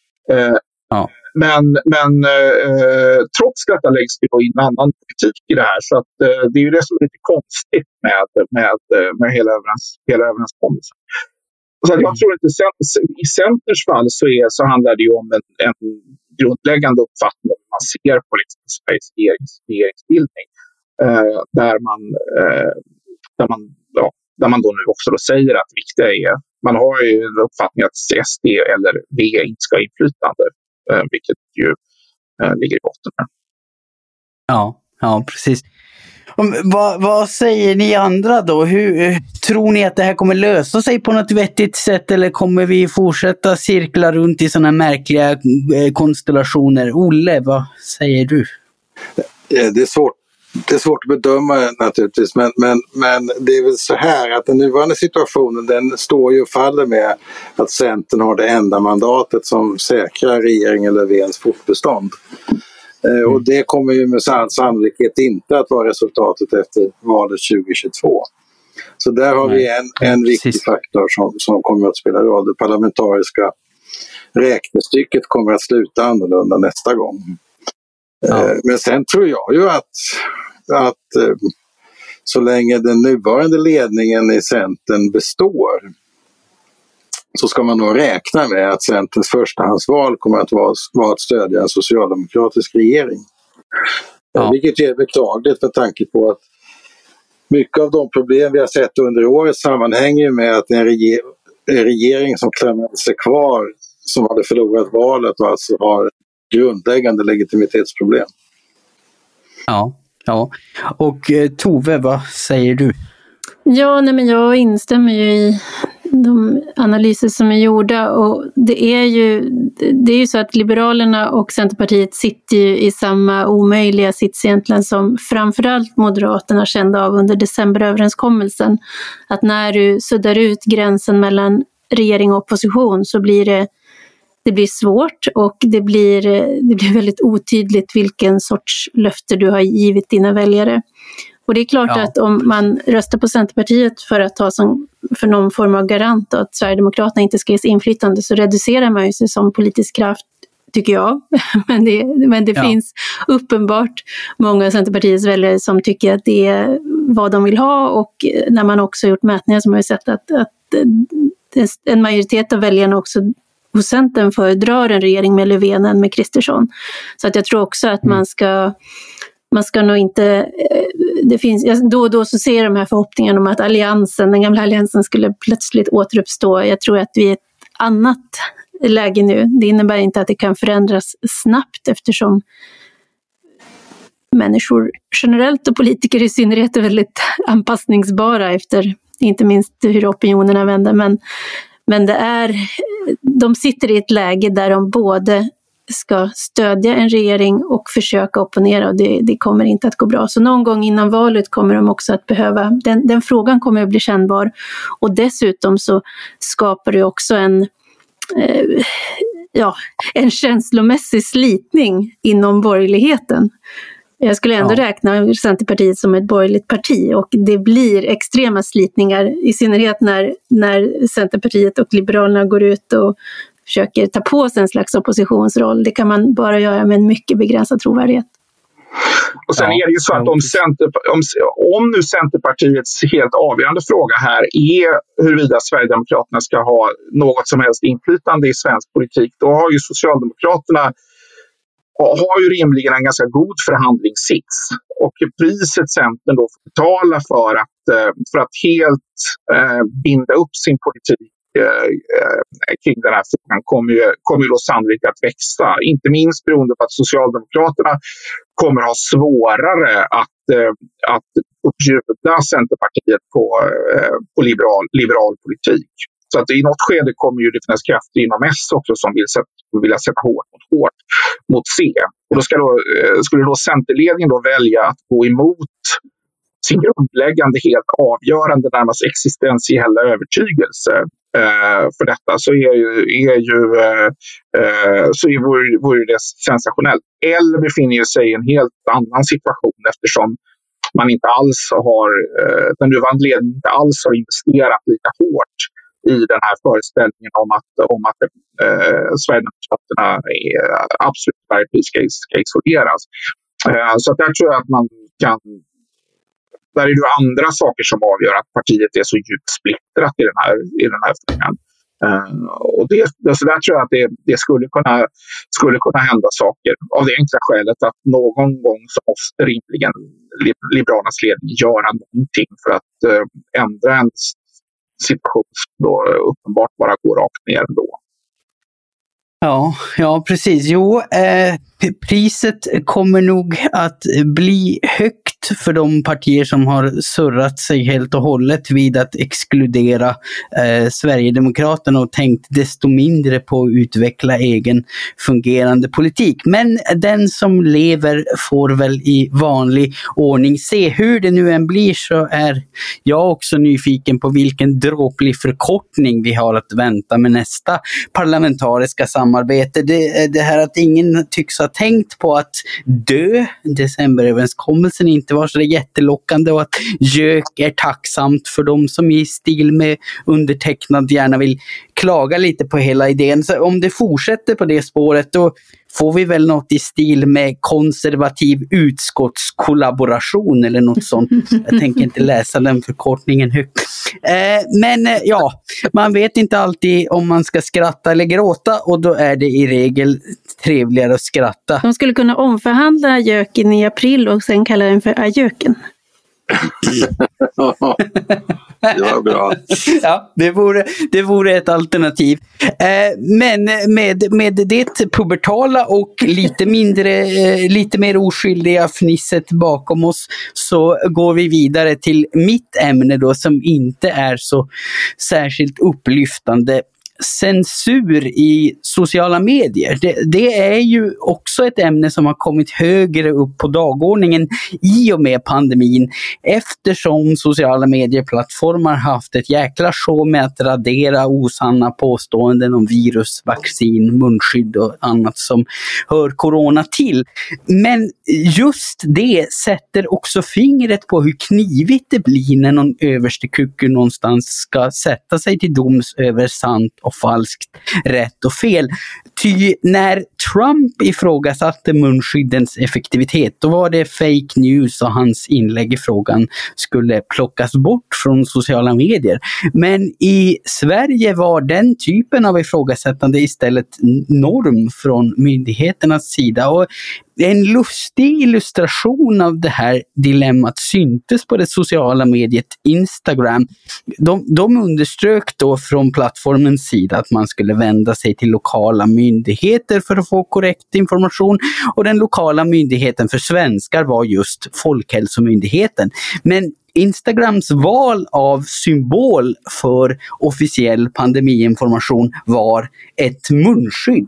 Men trots detta läggs det in annan politik i det här, så att det är ju det som är lite konstigt med hela överenskommelsen. Så att jag tror att i Centerns fall så handlar det ju om en grundläggande uppfattning om hur man ser på liksom Sveriges regeringsbildning, där man då nu också då säger att viktiga är, man har ju en uppfattning att SD eller V inte ska ha inflytande, vilket ju ligger i botten här. Ja, precis. Vad säger ni andra då? Hur tror ni att det här kommer lösa sig på något vettigt sätt, eller kommer vi fortsätta cirkla runt i sådana märkliga konstellationer? Olle, vad säger du? Det är svårt att bedöma naturligtvis, men det är väl så här att den nuvarande situationen, den står ju och faller med att Centern har det enda mandatet som säkrar regeringen Löfvens fortbestånd. Och det kommer ju med sannolikhet inte att vara resultatet efter valet 2022. Så där har vi en viktig faktor som kommer att spela roll. Det parlamentariska räknestycket kommer att sluta annorlunda nästa gång. Men sen tror jag ju att så länge den nuvarande ledningen i Centern består, så ska man nog räkna med att Centerns förstahandsval kommer att vara att stödja en socialdemokratisk regering. Vilket är beklagligt med tanke på att mycket av de problem vi har sett under året sammanhänger med att en regering som klämmer sig kvar, som hade förlorat valet och alltså har grundläggande legitimitetsproblem. Ja. Och Tove, vad säger du? Ja, men jag instämmer ju i de analyser som är gjorda, och det är ju så att Liberalerna och Centerpartiet sitter ju i samma omöjliga sits egentligen som framförallt Moderaterna kände av under decemberöverenskommelsen. Att när du suddar ut gränsen mellan regering och opposition så blir det blir svårt, och det blir väldigt otydligt vilken sorts löfte du har givit dina väljare. Och det är klart att om man röstar på Centerpartiet för att ta för någon form av garant att Sverigedemokraterna inte ska ges inflytande, så reducerar man ju sig som politisk kraft, tycker jag. Men det finns uppenbart många av Centerpartiets väljare som tycker att det är vad de vill ha, och när man också gjort mätningar som har sett att en majoritet av väljarna också hos Centern föredrar en regering med Löfven än med Kristersson. Så att jag tror också att man ska nog inte, det finns, då och då så ser de här förhoppningarna om att den gamla alliansen skulle plötsligt återuppstå. Jag tror att vi är i ett annat läge nu. Det innebär inte att det kan förändras snabbt, eftersom människor generellt och politiker i synnerhet är väldigt anpassningsbara efter inte minst hur opinionerna vänder. Men de sitter i ett läge där de både ska stödja en regering och försöka opponera, och det kommer inte att gå bra. Så någon gång innan valet kommer de också att behöva, den frågan kommer att bli kännbar, och dessutom så skapar det också en känslomässig slitning inom borgerligheten. Jag skulle ändå räkna Centerpartiet som ett borgerligt parti, och det blir extrema slitningar, i synnerhet när Centerpartiet och Liberalerna går ut och försöker ta på sig en slags oppositionsroll. Det kan man bara göra med en mycket begränsad trovärdighet. Och sen är det ju så att om nu Centerpartiets helt avgörande fråga här är huruvida Sverigedemokraterna ska ha något som helst inflytande i svensk politik, då har ju Socialdemokraterna rimligen en ganska god förhandlingssits. och priset Centern då får betala för att helt binda upp sin politik kring den här frågan kommer ju då sannolikt att växa. Inte minst beroende på att Socialdemokraterna kommer ha svårare att uppbjuda Centerpartiet på liberal politik. Så att i något skede kommer ju det finnas krafter inom S också som vill sätta hårt mot hårt mot C. Och då skulle då Centerledningen då välja att gå emot sin grundläggande, helt avgörande, närmast existentiella övertygelse för detta, vore det sensationellt. Eller befinner sig i en helt annan situation eftersom man inte alls den nuvarande ledningen inte alls har investerat lika hårt i den här föreställningen om att Sverigedemokraterna absolut varje pris ska exkluderas. Så att där tror jag att man kan. Där är det andra saker som avgör att partiet är så djupt splittrat i den här frågan. Och så där tror jag att det skulle kunna hända saker av det enkla skälet att någon gång så måste rimligen Liberalernas ledning göra någonting för att ändra en situation som då uppenbart bara går rakt ner ändå. Ja, precis. Jo, priset kommer nog att bli högt för de partier som har surrat sig helt och hållet vid att exkludera Sverigedemokraterna och tänkt desto mindre på att utveckla egen fungerande politik. Men den som lever får väl i vanlig ordning se. Hur det nu än blir så är jag också nyfiken på vilken dråplig förkortning vi har att vänta med nästa parlamentariska samarbete. Det här att ingen tycks ha tänkt på att decemberöverenskommelsen inte var så jättelockande och att gök är tacksamt för de som i stil med undertecknad gärna vill klaga lite på hela idén. Så om det fortsätter på det spåret då får vi väl något i stil med konservativ utskottskollaboration eller något sånt. Jag tänker inte läsa den förkortningen högt. Men man vet inte alltid om man ska skratta eller gråta och då är det i regel trevligare att skratta. De skulle kunna omförhandla göken i april och sen kalla den för ajöken. Det var bra. Ja, det vore ett alternativ. Men med det pubertala och lite mer oskyldiga fnisset bakom oss så går vi vidare till mitt ämne då som inte är så särskilt upplyftande. Censur i sociala medier. Det är ju också ett ämne som har kommit högre upp på dagordningen i och med pandemin eftersom sociala medieplattformar haft ett jäkla show med att radera osanna påståenden om virus, vaccin, munskydd och annat som hör corona till. Men just det sätter också fingret på hur knivigt det blir när någon överste kucku någonstans ska sätta sig till doms över sant och falskt, rätt och fel. Ty när Trump ifrågasatte munskyddens effektivitet, då var det fake news och hans inlägg i frågan skulle plockas bort från sociala medier. Men i Sverige var den typen av ifrågasättande istället norm från myndigheternas sida. Och en lustig illustration av det här dilemmat syntes på det sociala mediet Instagram. De underströk då från plattformens sida att man skulle vända sig till lokala myndigheter för att få korrekt information och den lokala myndigheten för svenskar var just Folkhälsomyndigheten. Men Instagrams val av symbol för officiell pandemiinformation var ett munskydd.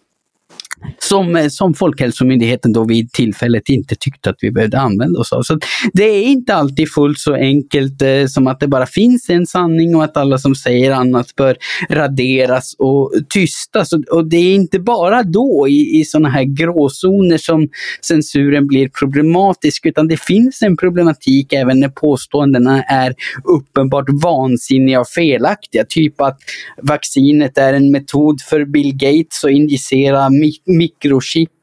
Som Folkhälsomyndigheten då vid tillfället inte tyckte att vi behövde använda oss av. Så det är inte alltid fullt så enkelt som att det bara finns en sanning och att alla som säger annat bör raderas och tystas. Och det är inte bara då i sådana här gråzoner som censuren blir problematisk utan det finns en problematik även när påståendena är uppenbart vansinniga och felaktiga. Typ att vaccinet är en metod för Bill Gates att injicera mikrochip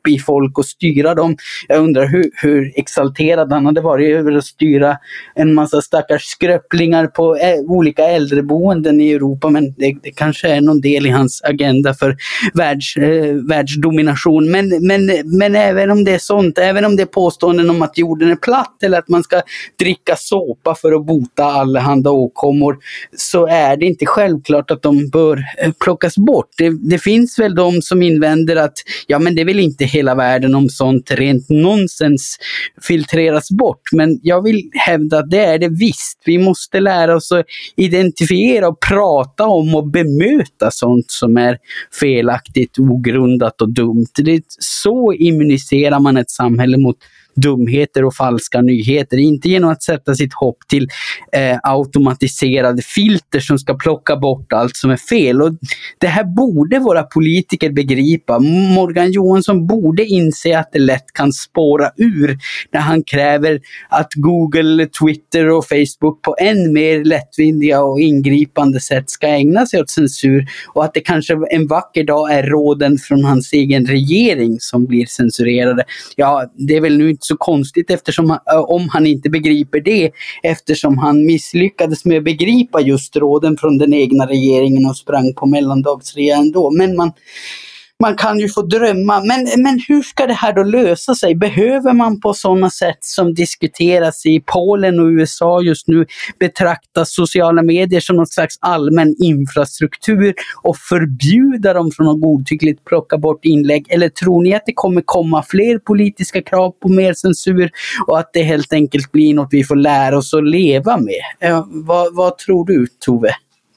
i folk och styra dem. Jag undrar hur exalterad han hade varit över att styra en massa stackars skröplingar på olika äldreboenden i Europa, men det kanske är någon del i hans agenda för världsdomination. Men även om det är sånt, även om det är påståenden om att jorden är platt eller att man ska dricka såpa för att bota allehanda åkommor, så är det inte självklart att de bör plockas bort. Det finns väl de som invänder att ja, men det är väl inte hela världen om sånt rent nonsens filtreras bort. Men jag vill hävda att det är det visst. Vi måste lära oss att identifiera och prata om och bemöta sånt som är felaktigt, ogrundat och dumt. Det är så immuniserar man ett samhälle mot dumheter och falska nyheter, inte genom att sätta sitt hopp till automatiserade filter som ska plocka bort allt som är fel. Och det här borde våra politiker begripa. Morgan Johansson borde inse att det lätt kan spåra ur när han kräver att Google, Twitter och Facebook på än mer lättvindiga och ingripande sätt ska ägna sig åt censur, och att det kanske en vacker dag är råden från hans egen regering som blir censurerade. Ja, det är väl nu inte så konstigt eftersom om han inte begriper det, eftersom han misslyckades med att begripa just råden från den egna regeringen och sprang på mellandagsrea ändå. Men man kan ju få drömma. Men hur ska det här då lösa sig? Behöver man på sådana sätt som diskuteras i Polen och USA just nu betrakta sociala medier som något slags allmän infrastruktur och förbjuda dem från att godtyckligt plocka bort inlägg? Eller tror ni att det kommer komma fler politiska krav på mer censur och att det helt enkelt blir något vi får lära oss att leva med? Vad tror du, Tove?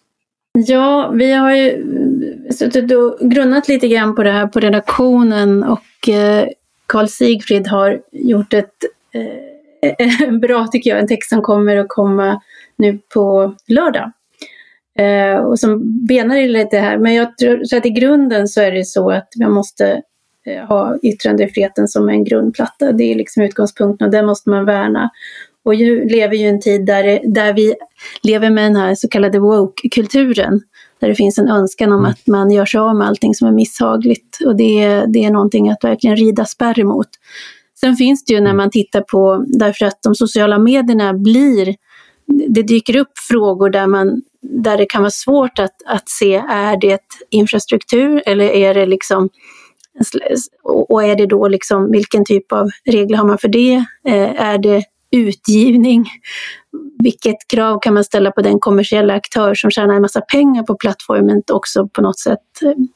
Ja, vi har ju suttit och grunnat lite grann på det här på redaktionen, och Carl Sigfrid har gjort en bra, tycker jag, en text som kommer att komma nu på lördag. Och som benar i lite här. Men jag tror att i grunden så är det så att man måste ha yttrandefriheten som en grundplatta. Det är liksom utgångspunkten, och den måste man värna. Och lever ju en tid där vi lever med den här så kallade woke-kulturen. Där det finns en önskan om att man gör sig av med allting som är misshagligt. Och det är någonting att verkligen rida spärr emot. Sen finns det ju när man tittar på, därför att de sociala medierna det dyker upp frågor där det kan vara svårt att se, är det infrastruktur eller är det liksom, och är det då liksom, vilken typ av regler har man för det? Är det utgivning? Vilket krav kan man ställa på den kommersiella aktör som tjänar en massa pengar på plattformen, också på något sätt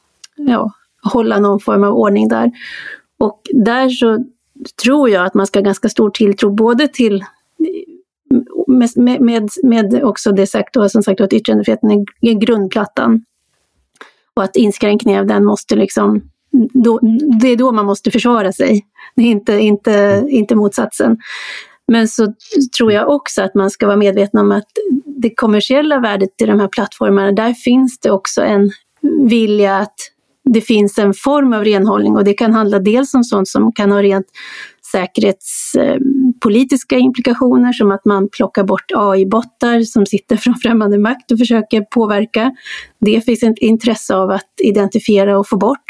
hålla någon form av ordning där. Och där så tror jag att man ska ha ganska stor tilltro både till med också det sagt, och som sagt att yttrandefriheten är grundplattan, och att inskränkningar av den måste liksom det är då man måste försvara sig. Det är inte motsatsen. Men så tror jag också att man ska vara medveten om att det kommersiella värdet i de här plattformarna, där finns det också en vilja att det finns en form av renhållning, och det kan handla dels om sånt som kan ha rent säkerhetspolitiska implikationer, som att man plockar bort AI-bottar som sitter från främmande makt och försöker påverka. Det finns ett intresse av att identifiera och få bort.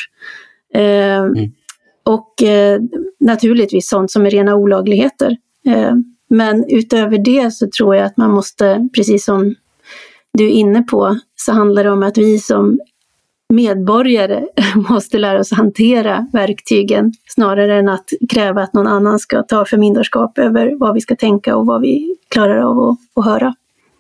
Och naturligtvis sånt som är rena olagligheter. Men utöver det så tror jag att man måste, precis som du är inne på, så handlar det om att vi som medborgare måste lära oss hantera verktygen snarare än att kräva att någon annan ska ta förmyndarskap över vad vi ska tänka och vad vi klarar av att höra.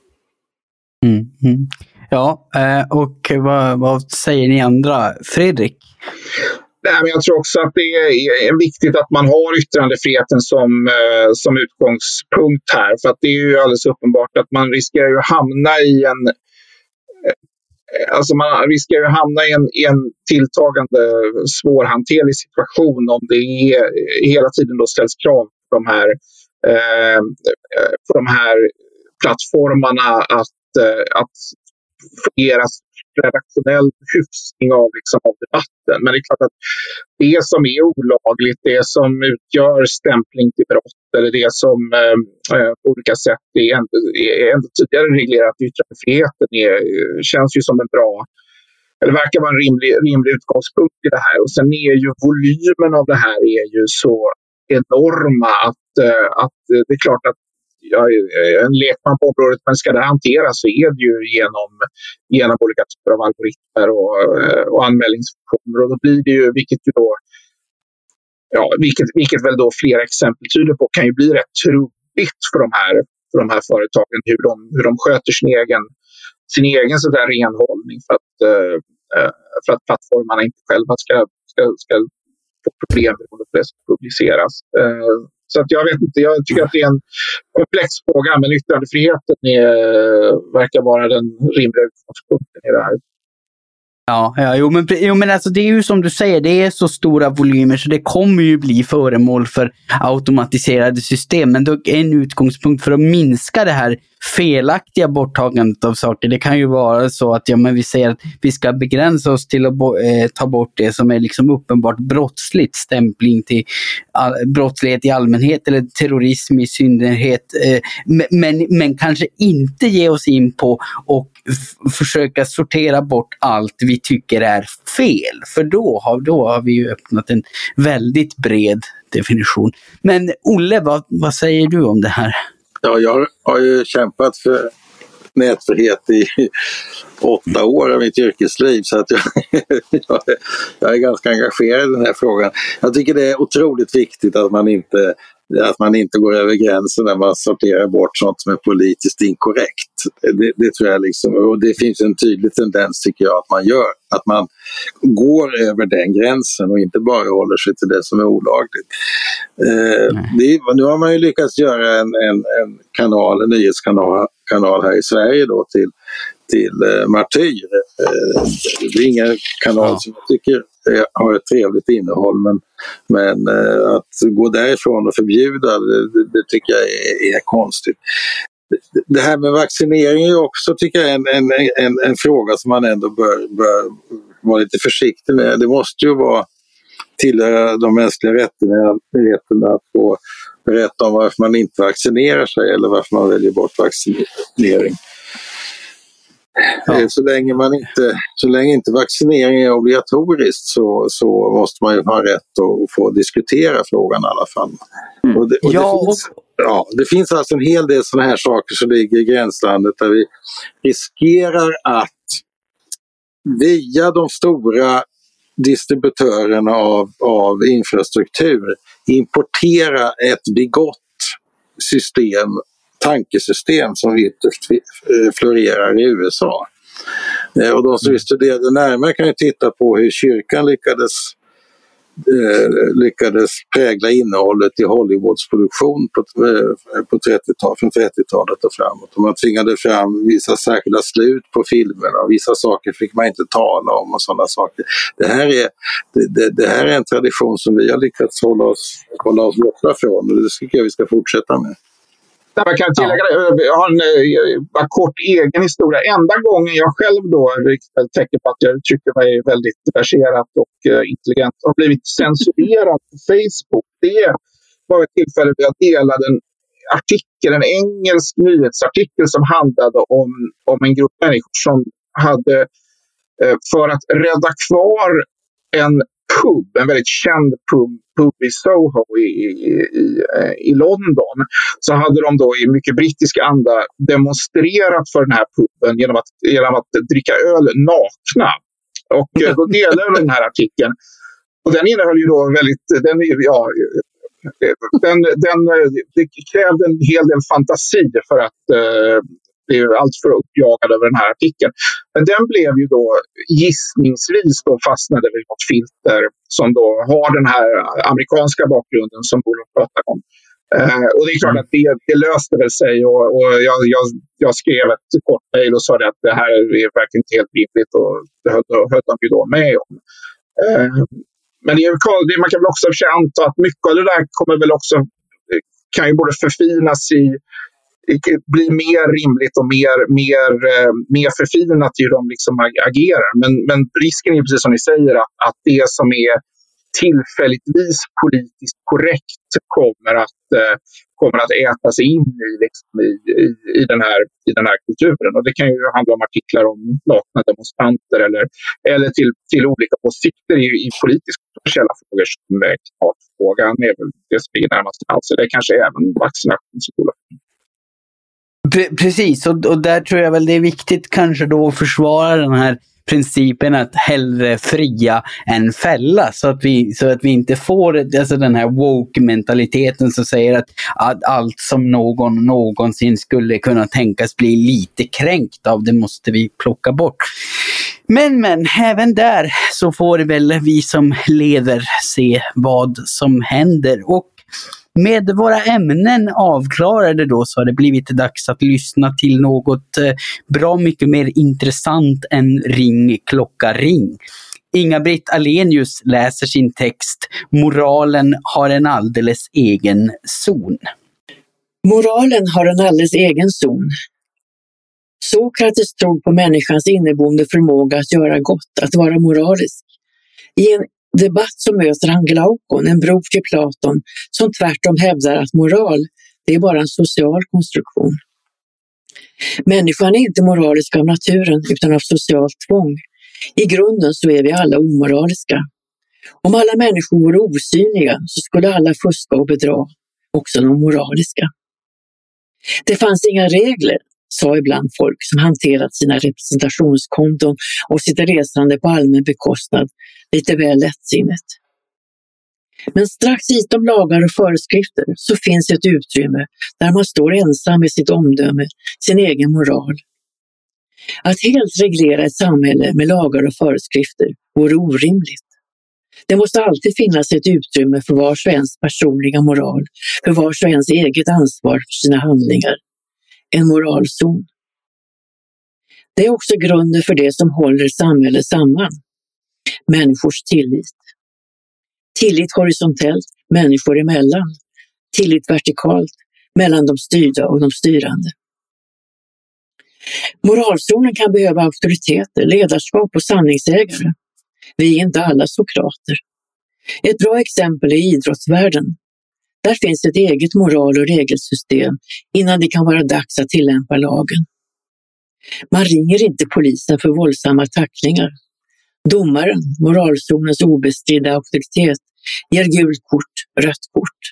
Ja, och vad säger ni andra? Fredrik? Nej, men jag tror också att det är viktigt att man har yttrandefriheten som utgångspunkt här. För att det är ju alldeles uppenbart att man riskerar ju hamna i en tilltagande svårhanterlig situation om det hela tiden då ställs krav på de här plattformarna att fungera redaktionell hyfsning av debatten. Men det är klart att det som är olagligt, det som utgör stämpling till brott, eller det som på olika sätt är ändå tidigare reglerat, yttrandefriheten känns ju som en bra eller verkar vara en rimlig utgångspunkt i det här. Och sen är ju volymen av det här är ju så enorma att det är klart att jag är en lekman på området, men ska det hanteras så är det ju genom olika typer av algoritmer och anmälningsfunktioner. Och då blir det ju, vilket väl då flera exempel tyder på, kan ju bli rätt trubbigt för de här företagen hur de sköter sin egen så där renhållning för att plattformarna inte själva ska få problem med det som publiceras. Så att jag vet inte, jag tycker att det är en komplex fråga, men yttrandefriheten verkar vara den rimliga utgångspunkten i det här. Jo, men alltså det är ju som du säger, det är så stora volymer så det kommer ju bli föremål för automatiserade system. Men då en utgångspunkt för att minska det här felaktiga borttagandet av saker, det kan ju vara så att vi säger att vi ska begränsa oss till att ta bort det som är liksom uppenbart brottsligt, stämpling till brottslighet i allmänhet eller terrorism i synnerhet, men kanske inte ge oss in på och försöka sortera bort allt vi tycker är fel, för då har vi ju öppnat en väldigt bred definition. Men Olle, vad säger du om det här? Ja, jag har ju kämpat för nätfrihet i 8 år av mitt yrkesliv, så att jag är ganska engagerad i den här frågan. Jag tycker det är otroligt viktigt att man inte går över gränsen när man sorterar bort sånt som är politiskt inkorrekt. Det tror jag liksom, och det finns en tydlig tendens tycker jag att man går över den gränsen och inte bara håller sig till det som är olagligt. Nu har man ju lyckats göra en nyhetskanal här i Sverige då till Martyr. Det är ingen kanal som jag tycker har ett trevligt innehåll, men att gå därifrån och förbjuda det tycker jag är konstigt. Det här med vaccinering är också, tycker jag, en fråga som man ändå bör vara lite försiktig med. Det måste ju tillhöra de mänskliga rättigheterna att få berätta om varför man inte vaccinerar sig eller varför man väljer bort vaccinering. Ja. Så länge inte vaccinering är obligatoriskt så måste man ju ha rätt att få diskutera frågan i alla fall. Det finns alltså en hel del sådana här saker som ligger i gränslandet där vi riskerar att via de stora distributörerna av infrastruktur importera ett bigott tankesystem som ytterst florerar i USA. Och de som vi studerade närmare kan ju titta på hur kyrkan lyckades prägla innehållet i Hollywoods produktion från 30-talet och framåt. Och man tvingade fram vissa särskilda slut på filmerna och vissa saker fick man inte tala om och sådana saker. Det här är en tradition som vi har lyckats hålla oss borta från, och det tycker jag vi ska fortsätta med. Jag kan tillägga, jag har en kort egen historia. Enda gången jag själv då är tecken på att jag tycker mig väldigt verserat och intelligent har blivit censurerad på Facebook. Det var ett tillfälle då jag delade en engelsk nyhetsartikel som handlade om en grupp människor som hade för att rädda kvar en väldigt känd pub i Soho i London, så hade de då i mycket brittisk anda demonstrerat för den här puben genom att dricka öl nakna. Och då delade jag den här artikeln. Och den innehöll ju då det krävde en hel del fantasi för att det är allt för uppjagad över den här artikeln. Men den blev ju då gissningsvis fastnade vid något filter som då har den här amerikanska bakgrunden som Olof pratade om. Och det är klart att det löste väl sig, och jag skrev ett kort mejl och sa att det här är verkligen inte helt rimligt, och det höll de ju då med om. Men man kan väl också anta att mycket av det där kommer väl också kan ju både förfinas bli mer rimligt och mer förfinat i hur de liksom agerar. Men risken är precis som ni säger att det som är tillfälligtvis politiskt korrekt kommer att äta sig in i den här kulturen. Och det kan ju handla om artiklar om nakna demonstranter eller till olika åsikter i politiskt kontroversiella frågor som klimatfrågan är väl det som ligger närmast till hands. Det är kanske även vaccinationsskola. Precis, och där tror jag väl det är viktigt kanske då att försvara den här principen att hellre fria än fälla, så att vi inte får alltså den här woke-mentaliteten som säger att allt som någon någonsin skulle kunna tänkas bli lite kränkt av, det måste vi plocka bort. Men även där så får väl vi som lever se vad som händer. Och med våra ämnen avklarade då så har det blivit dags att lyssna till något bra mycket mer intressant än Ring klocka ring. Inga-Britt Ahlenius läser sin text Moralen har en alldeles egen zon. Moralen har en alldeles egen zon. Sokrates tror på människans inneboende förmåga att göra gott, att vara moralisk. I en debatt som möter han Glaukon, en bror till Platon, som tvärtom hävdar att moral, det är bara en social konstruktion. Människan är inte moralisk av naturen utan av socialt tvång. I grunden så är vi alla omoraliska. Om alla människor vore osynliga så skulle alla fuska och bedra, också de moraliska. Det fanns inga regler, sa ibland folk som hanterat sina representationskonton och sitt resande på allmän bekostnad lite väl lättsinnigt. Men strax hitom lagar och föreskrifter så finns ett utrymme där man står ensam med sitt omdöme, sin egen moral. Att helt reglera ett samhälle med lagar och föreskrifter vore orimligt. Det måste alltid finnas ett utrymme för vars och ens personliga moral, för vars och ens eget ansvar för sina handlingar. En moralzon. Det är också grunden för det som håller samhället samman. Människors tillit. Tillit horisontellt, människor emellan. Tillit vertikalt, mellan de styrda och de styrande. Moralzonen kan behöva auktoriteter, ledarskap och sanningsägare. Vi är inte alla Sokrater. Ett bra exempel är idrottsvärlden. Där finns ett eget moral- och regelsystem innan det kan vara dags att tillämpa lagen. Man ringer inte polisen för våldsamma tacklingar. Domaren, moralzonens obestridda auktoritet, ger gult kort, rött kort.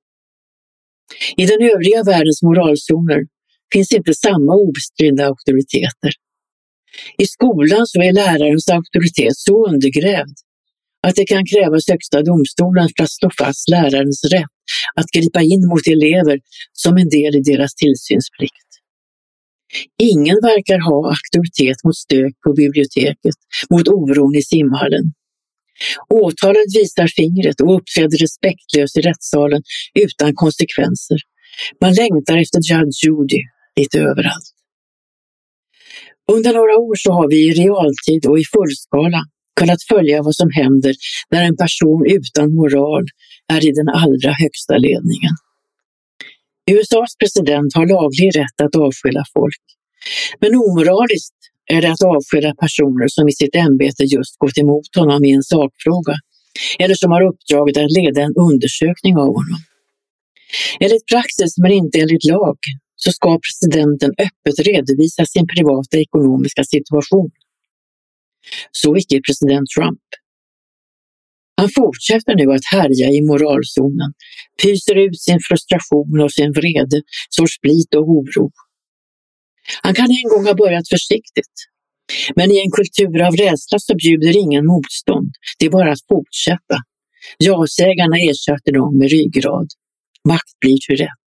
I den övriga världens moralzoner finns inte samma obestridda auktoriteter. I skolan så är lärarens auktoritet så undergrävd att det kan krävas högsta domstolen för att slå fast lärarens rätt att gripa in mot elever som en del i deras tillsynsplikt. Ingen verkar ha auktoritet mot stök på biblioteket, mot oron i simhallen. Åtalet visar fingret och uppträder respektlöst i rättssalen utan konsekvenser. Man längtar efter Judge Judy lite överallt. Under några år så har vi i realtid och i fullskala kunnat följa vad som händer när en person utan moral är i den allra högsta ledningen. USAs president har laglig rätt att avskeda folk, men omoraliskt är det att avskeda personer som i sitt ämbete just gått emot honom i en sakfråga eller som har uppdraget att leda en undersökning av honom. Enligt praxis men inte enligt lag så ska presidenten öppet redovisa sin privata ekonomiska situation. Så icke president Trump. Han fortsätter nu att härja i moralzonen, pyser ut sin frustration och sin vrede, sår split och oro. Han kan en gång ha börjat försiktigt, men i en kultur av rädsla så bjuder ingen motstånd, det är bara att fortsätta. Ja-sägarna ersätter dem med ryggrad. Makt blir till rätt.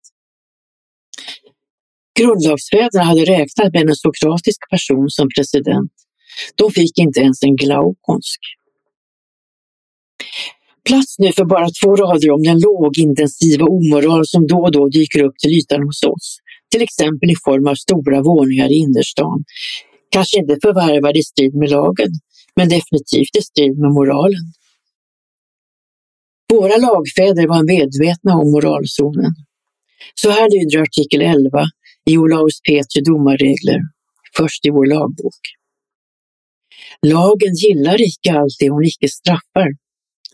Grundlagsfäderna hade räknat med en sokratisk person som president. De fick inte ens en glaukonsk. Plats nu för bara 2 rader om den lågintensiva omoral som då och då dyker upp till ytan hos oss. Till exempel i form av stora våningar i innerstan. Kanske inte förvärvad i strid med lagen, men definitivt i strid med moralen. Våra lagfäder var medvetna om moralzonen. Så här lyder artikel 11 i Olaus Petri domarregler, först i vår lagbok. Lagen gillar icke allt det hon icke straffar.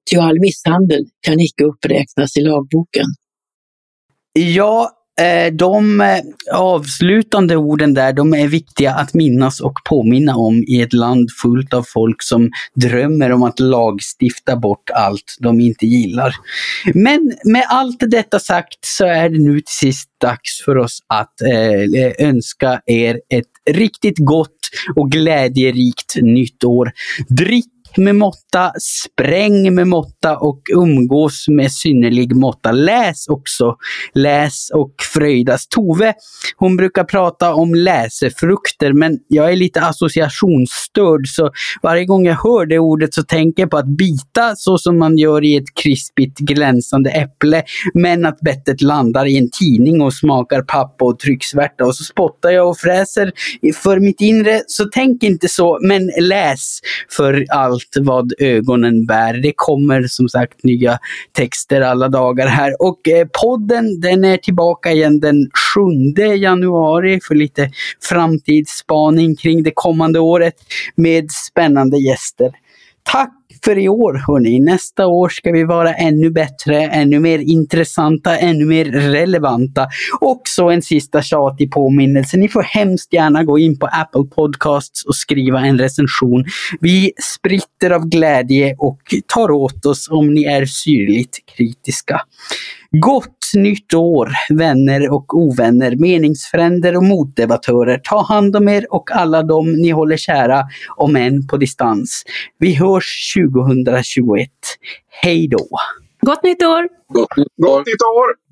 Ty all misshandel kan icke uppräknas i lagboken. Ja, de avslutande orden där, de är viktiga att minnas och påminna om i ett land fullt av folk som drömmer om att lagstifta bort allt de inte gillar. Men med allt detta sagt så är det nu till sist dags för oss att önska er ett riktigt gott och glädjerikt nytt år. Drick med måtta, spräng med måtta och umgås med synnerlig måtta. Läs också. Läs och fröjdas. Tove, hon brukar prata om läsefrukter, men jag är lite associationsstörd, så varje gång jag hör det ordet så tänker jag på att bita så som man gör i ett krispigt glänsande äpple, men att bettet landar i en tidning och smakar pappa och trycksvärta, och så spottar jag och fräser för mitt inre. Så tänk inte så, men läs för allt vad ögonen bär. Det kommer som sagt nya texter alla dagar här, och podden, den är tillbaka igen den 7 januari för lite framtidsspaning kring det kommande året med spännande gäster. Tack för i år, hörni. Nästa år ska vi vara ännu bättre, ännu mer intressanta, ännu mer relevanta. Och så en sista tjatig påminnelse. Ni får hemskt gärna gå in på Apple Podcasts och skriva en recension. Vi spritter av glädje och tar åt oss om ni är syrligt kritiska. Gott nytt år, vänner och ovänner, meningsfränder och motdebattörer. Ta hand om er och alla dem ni håller kära, om än på distans. Vi hörs 2021. Hej då! Gott nytt år! Gott nytt år!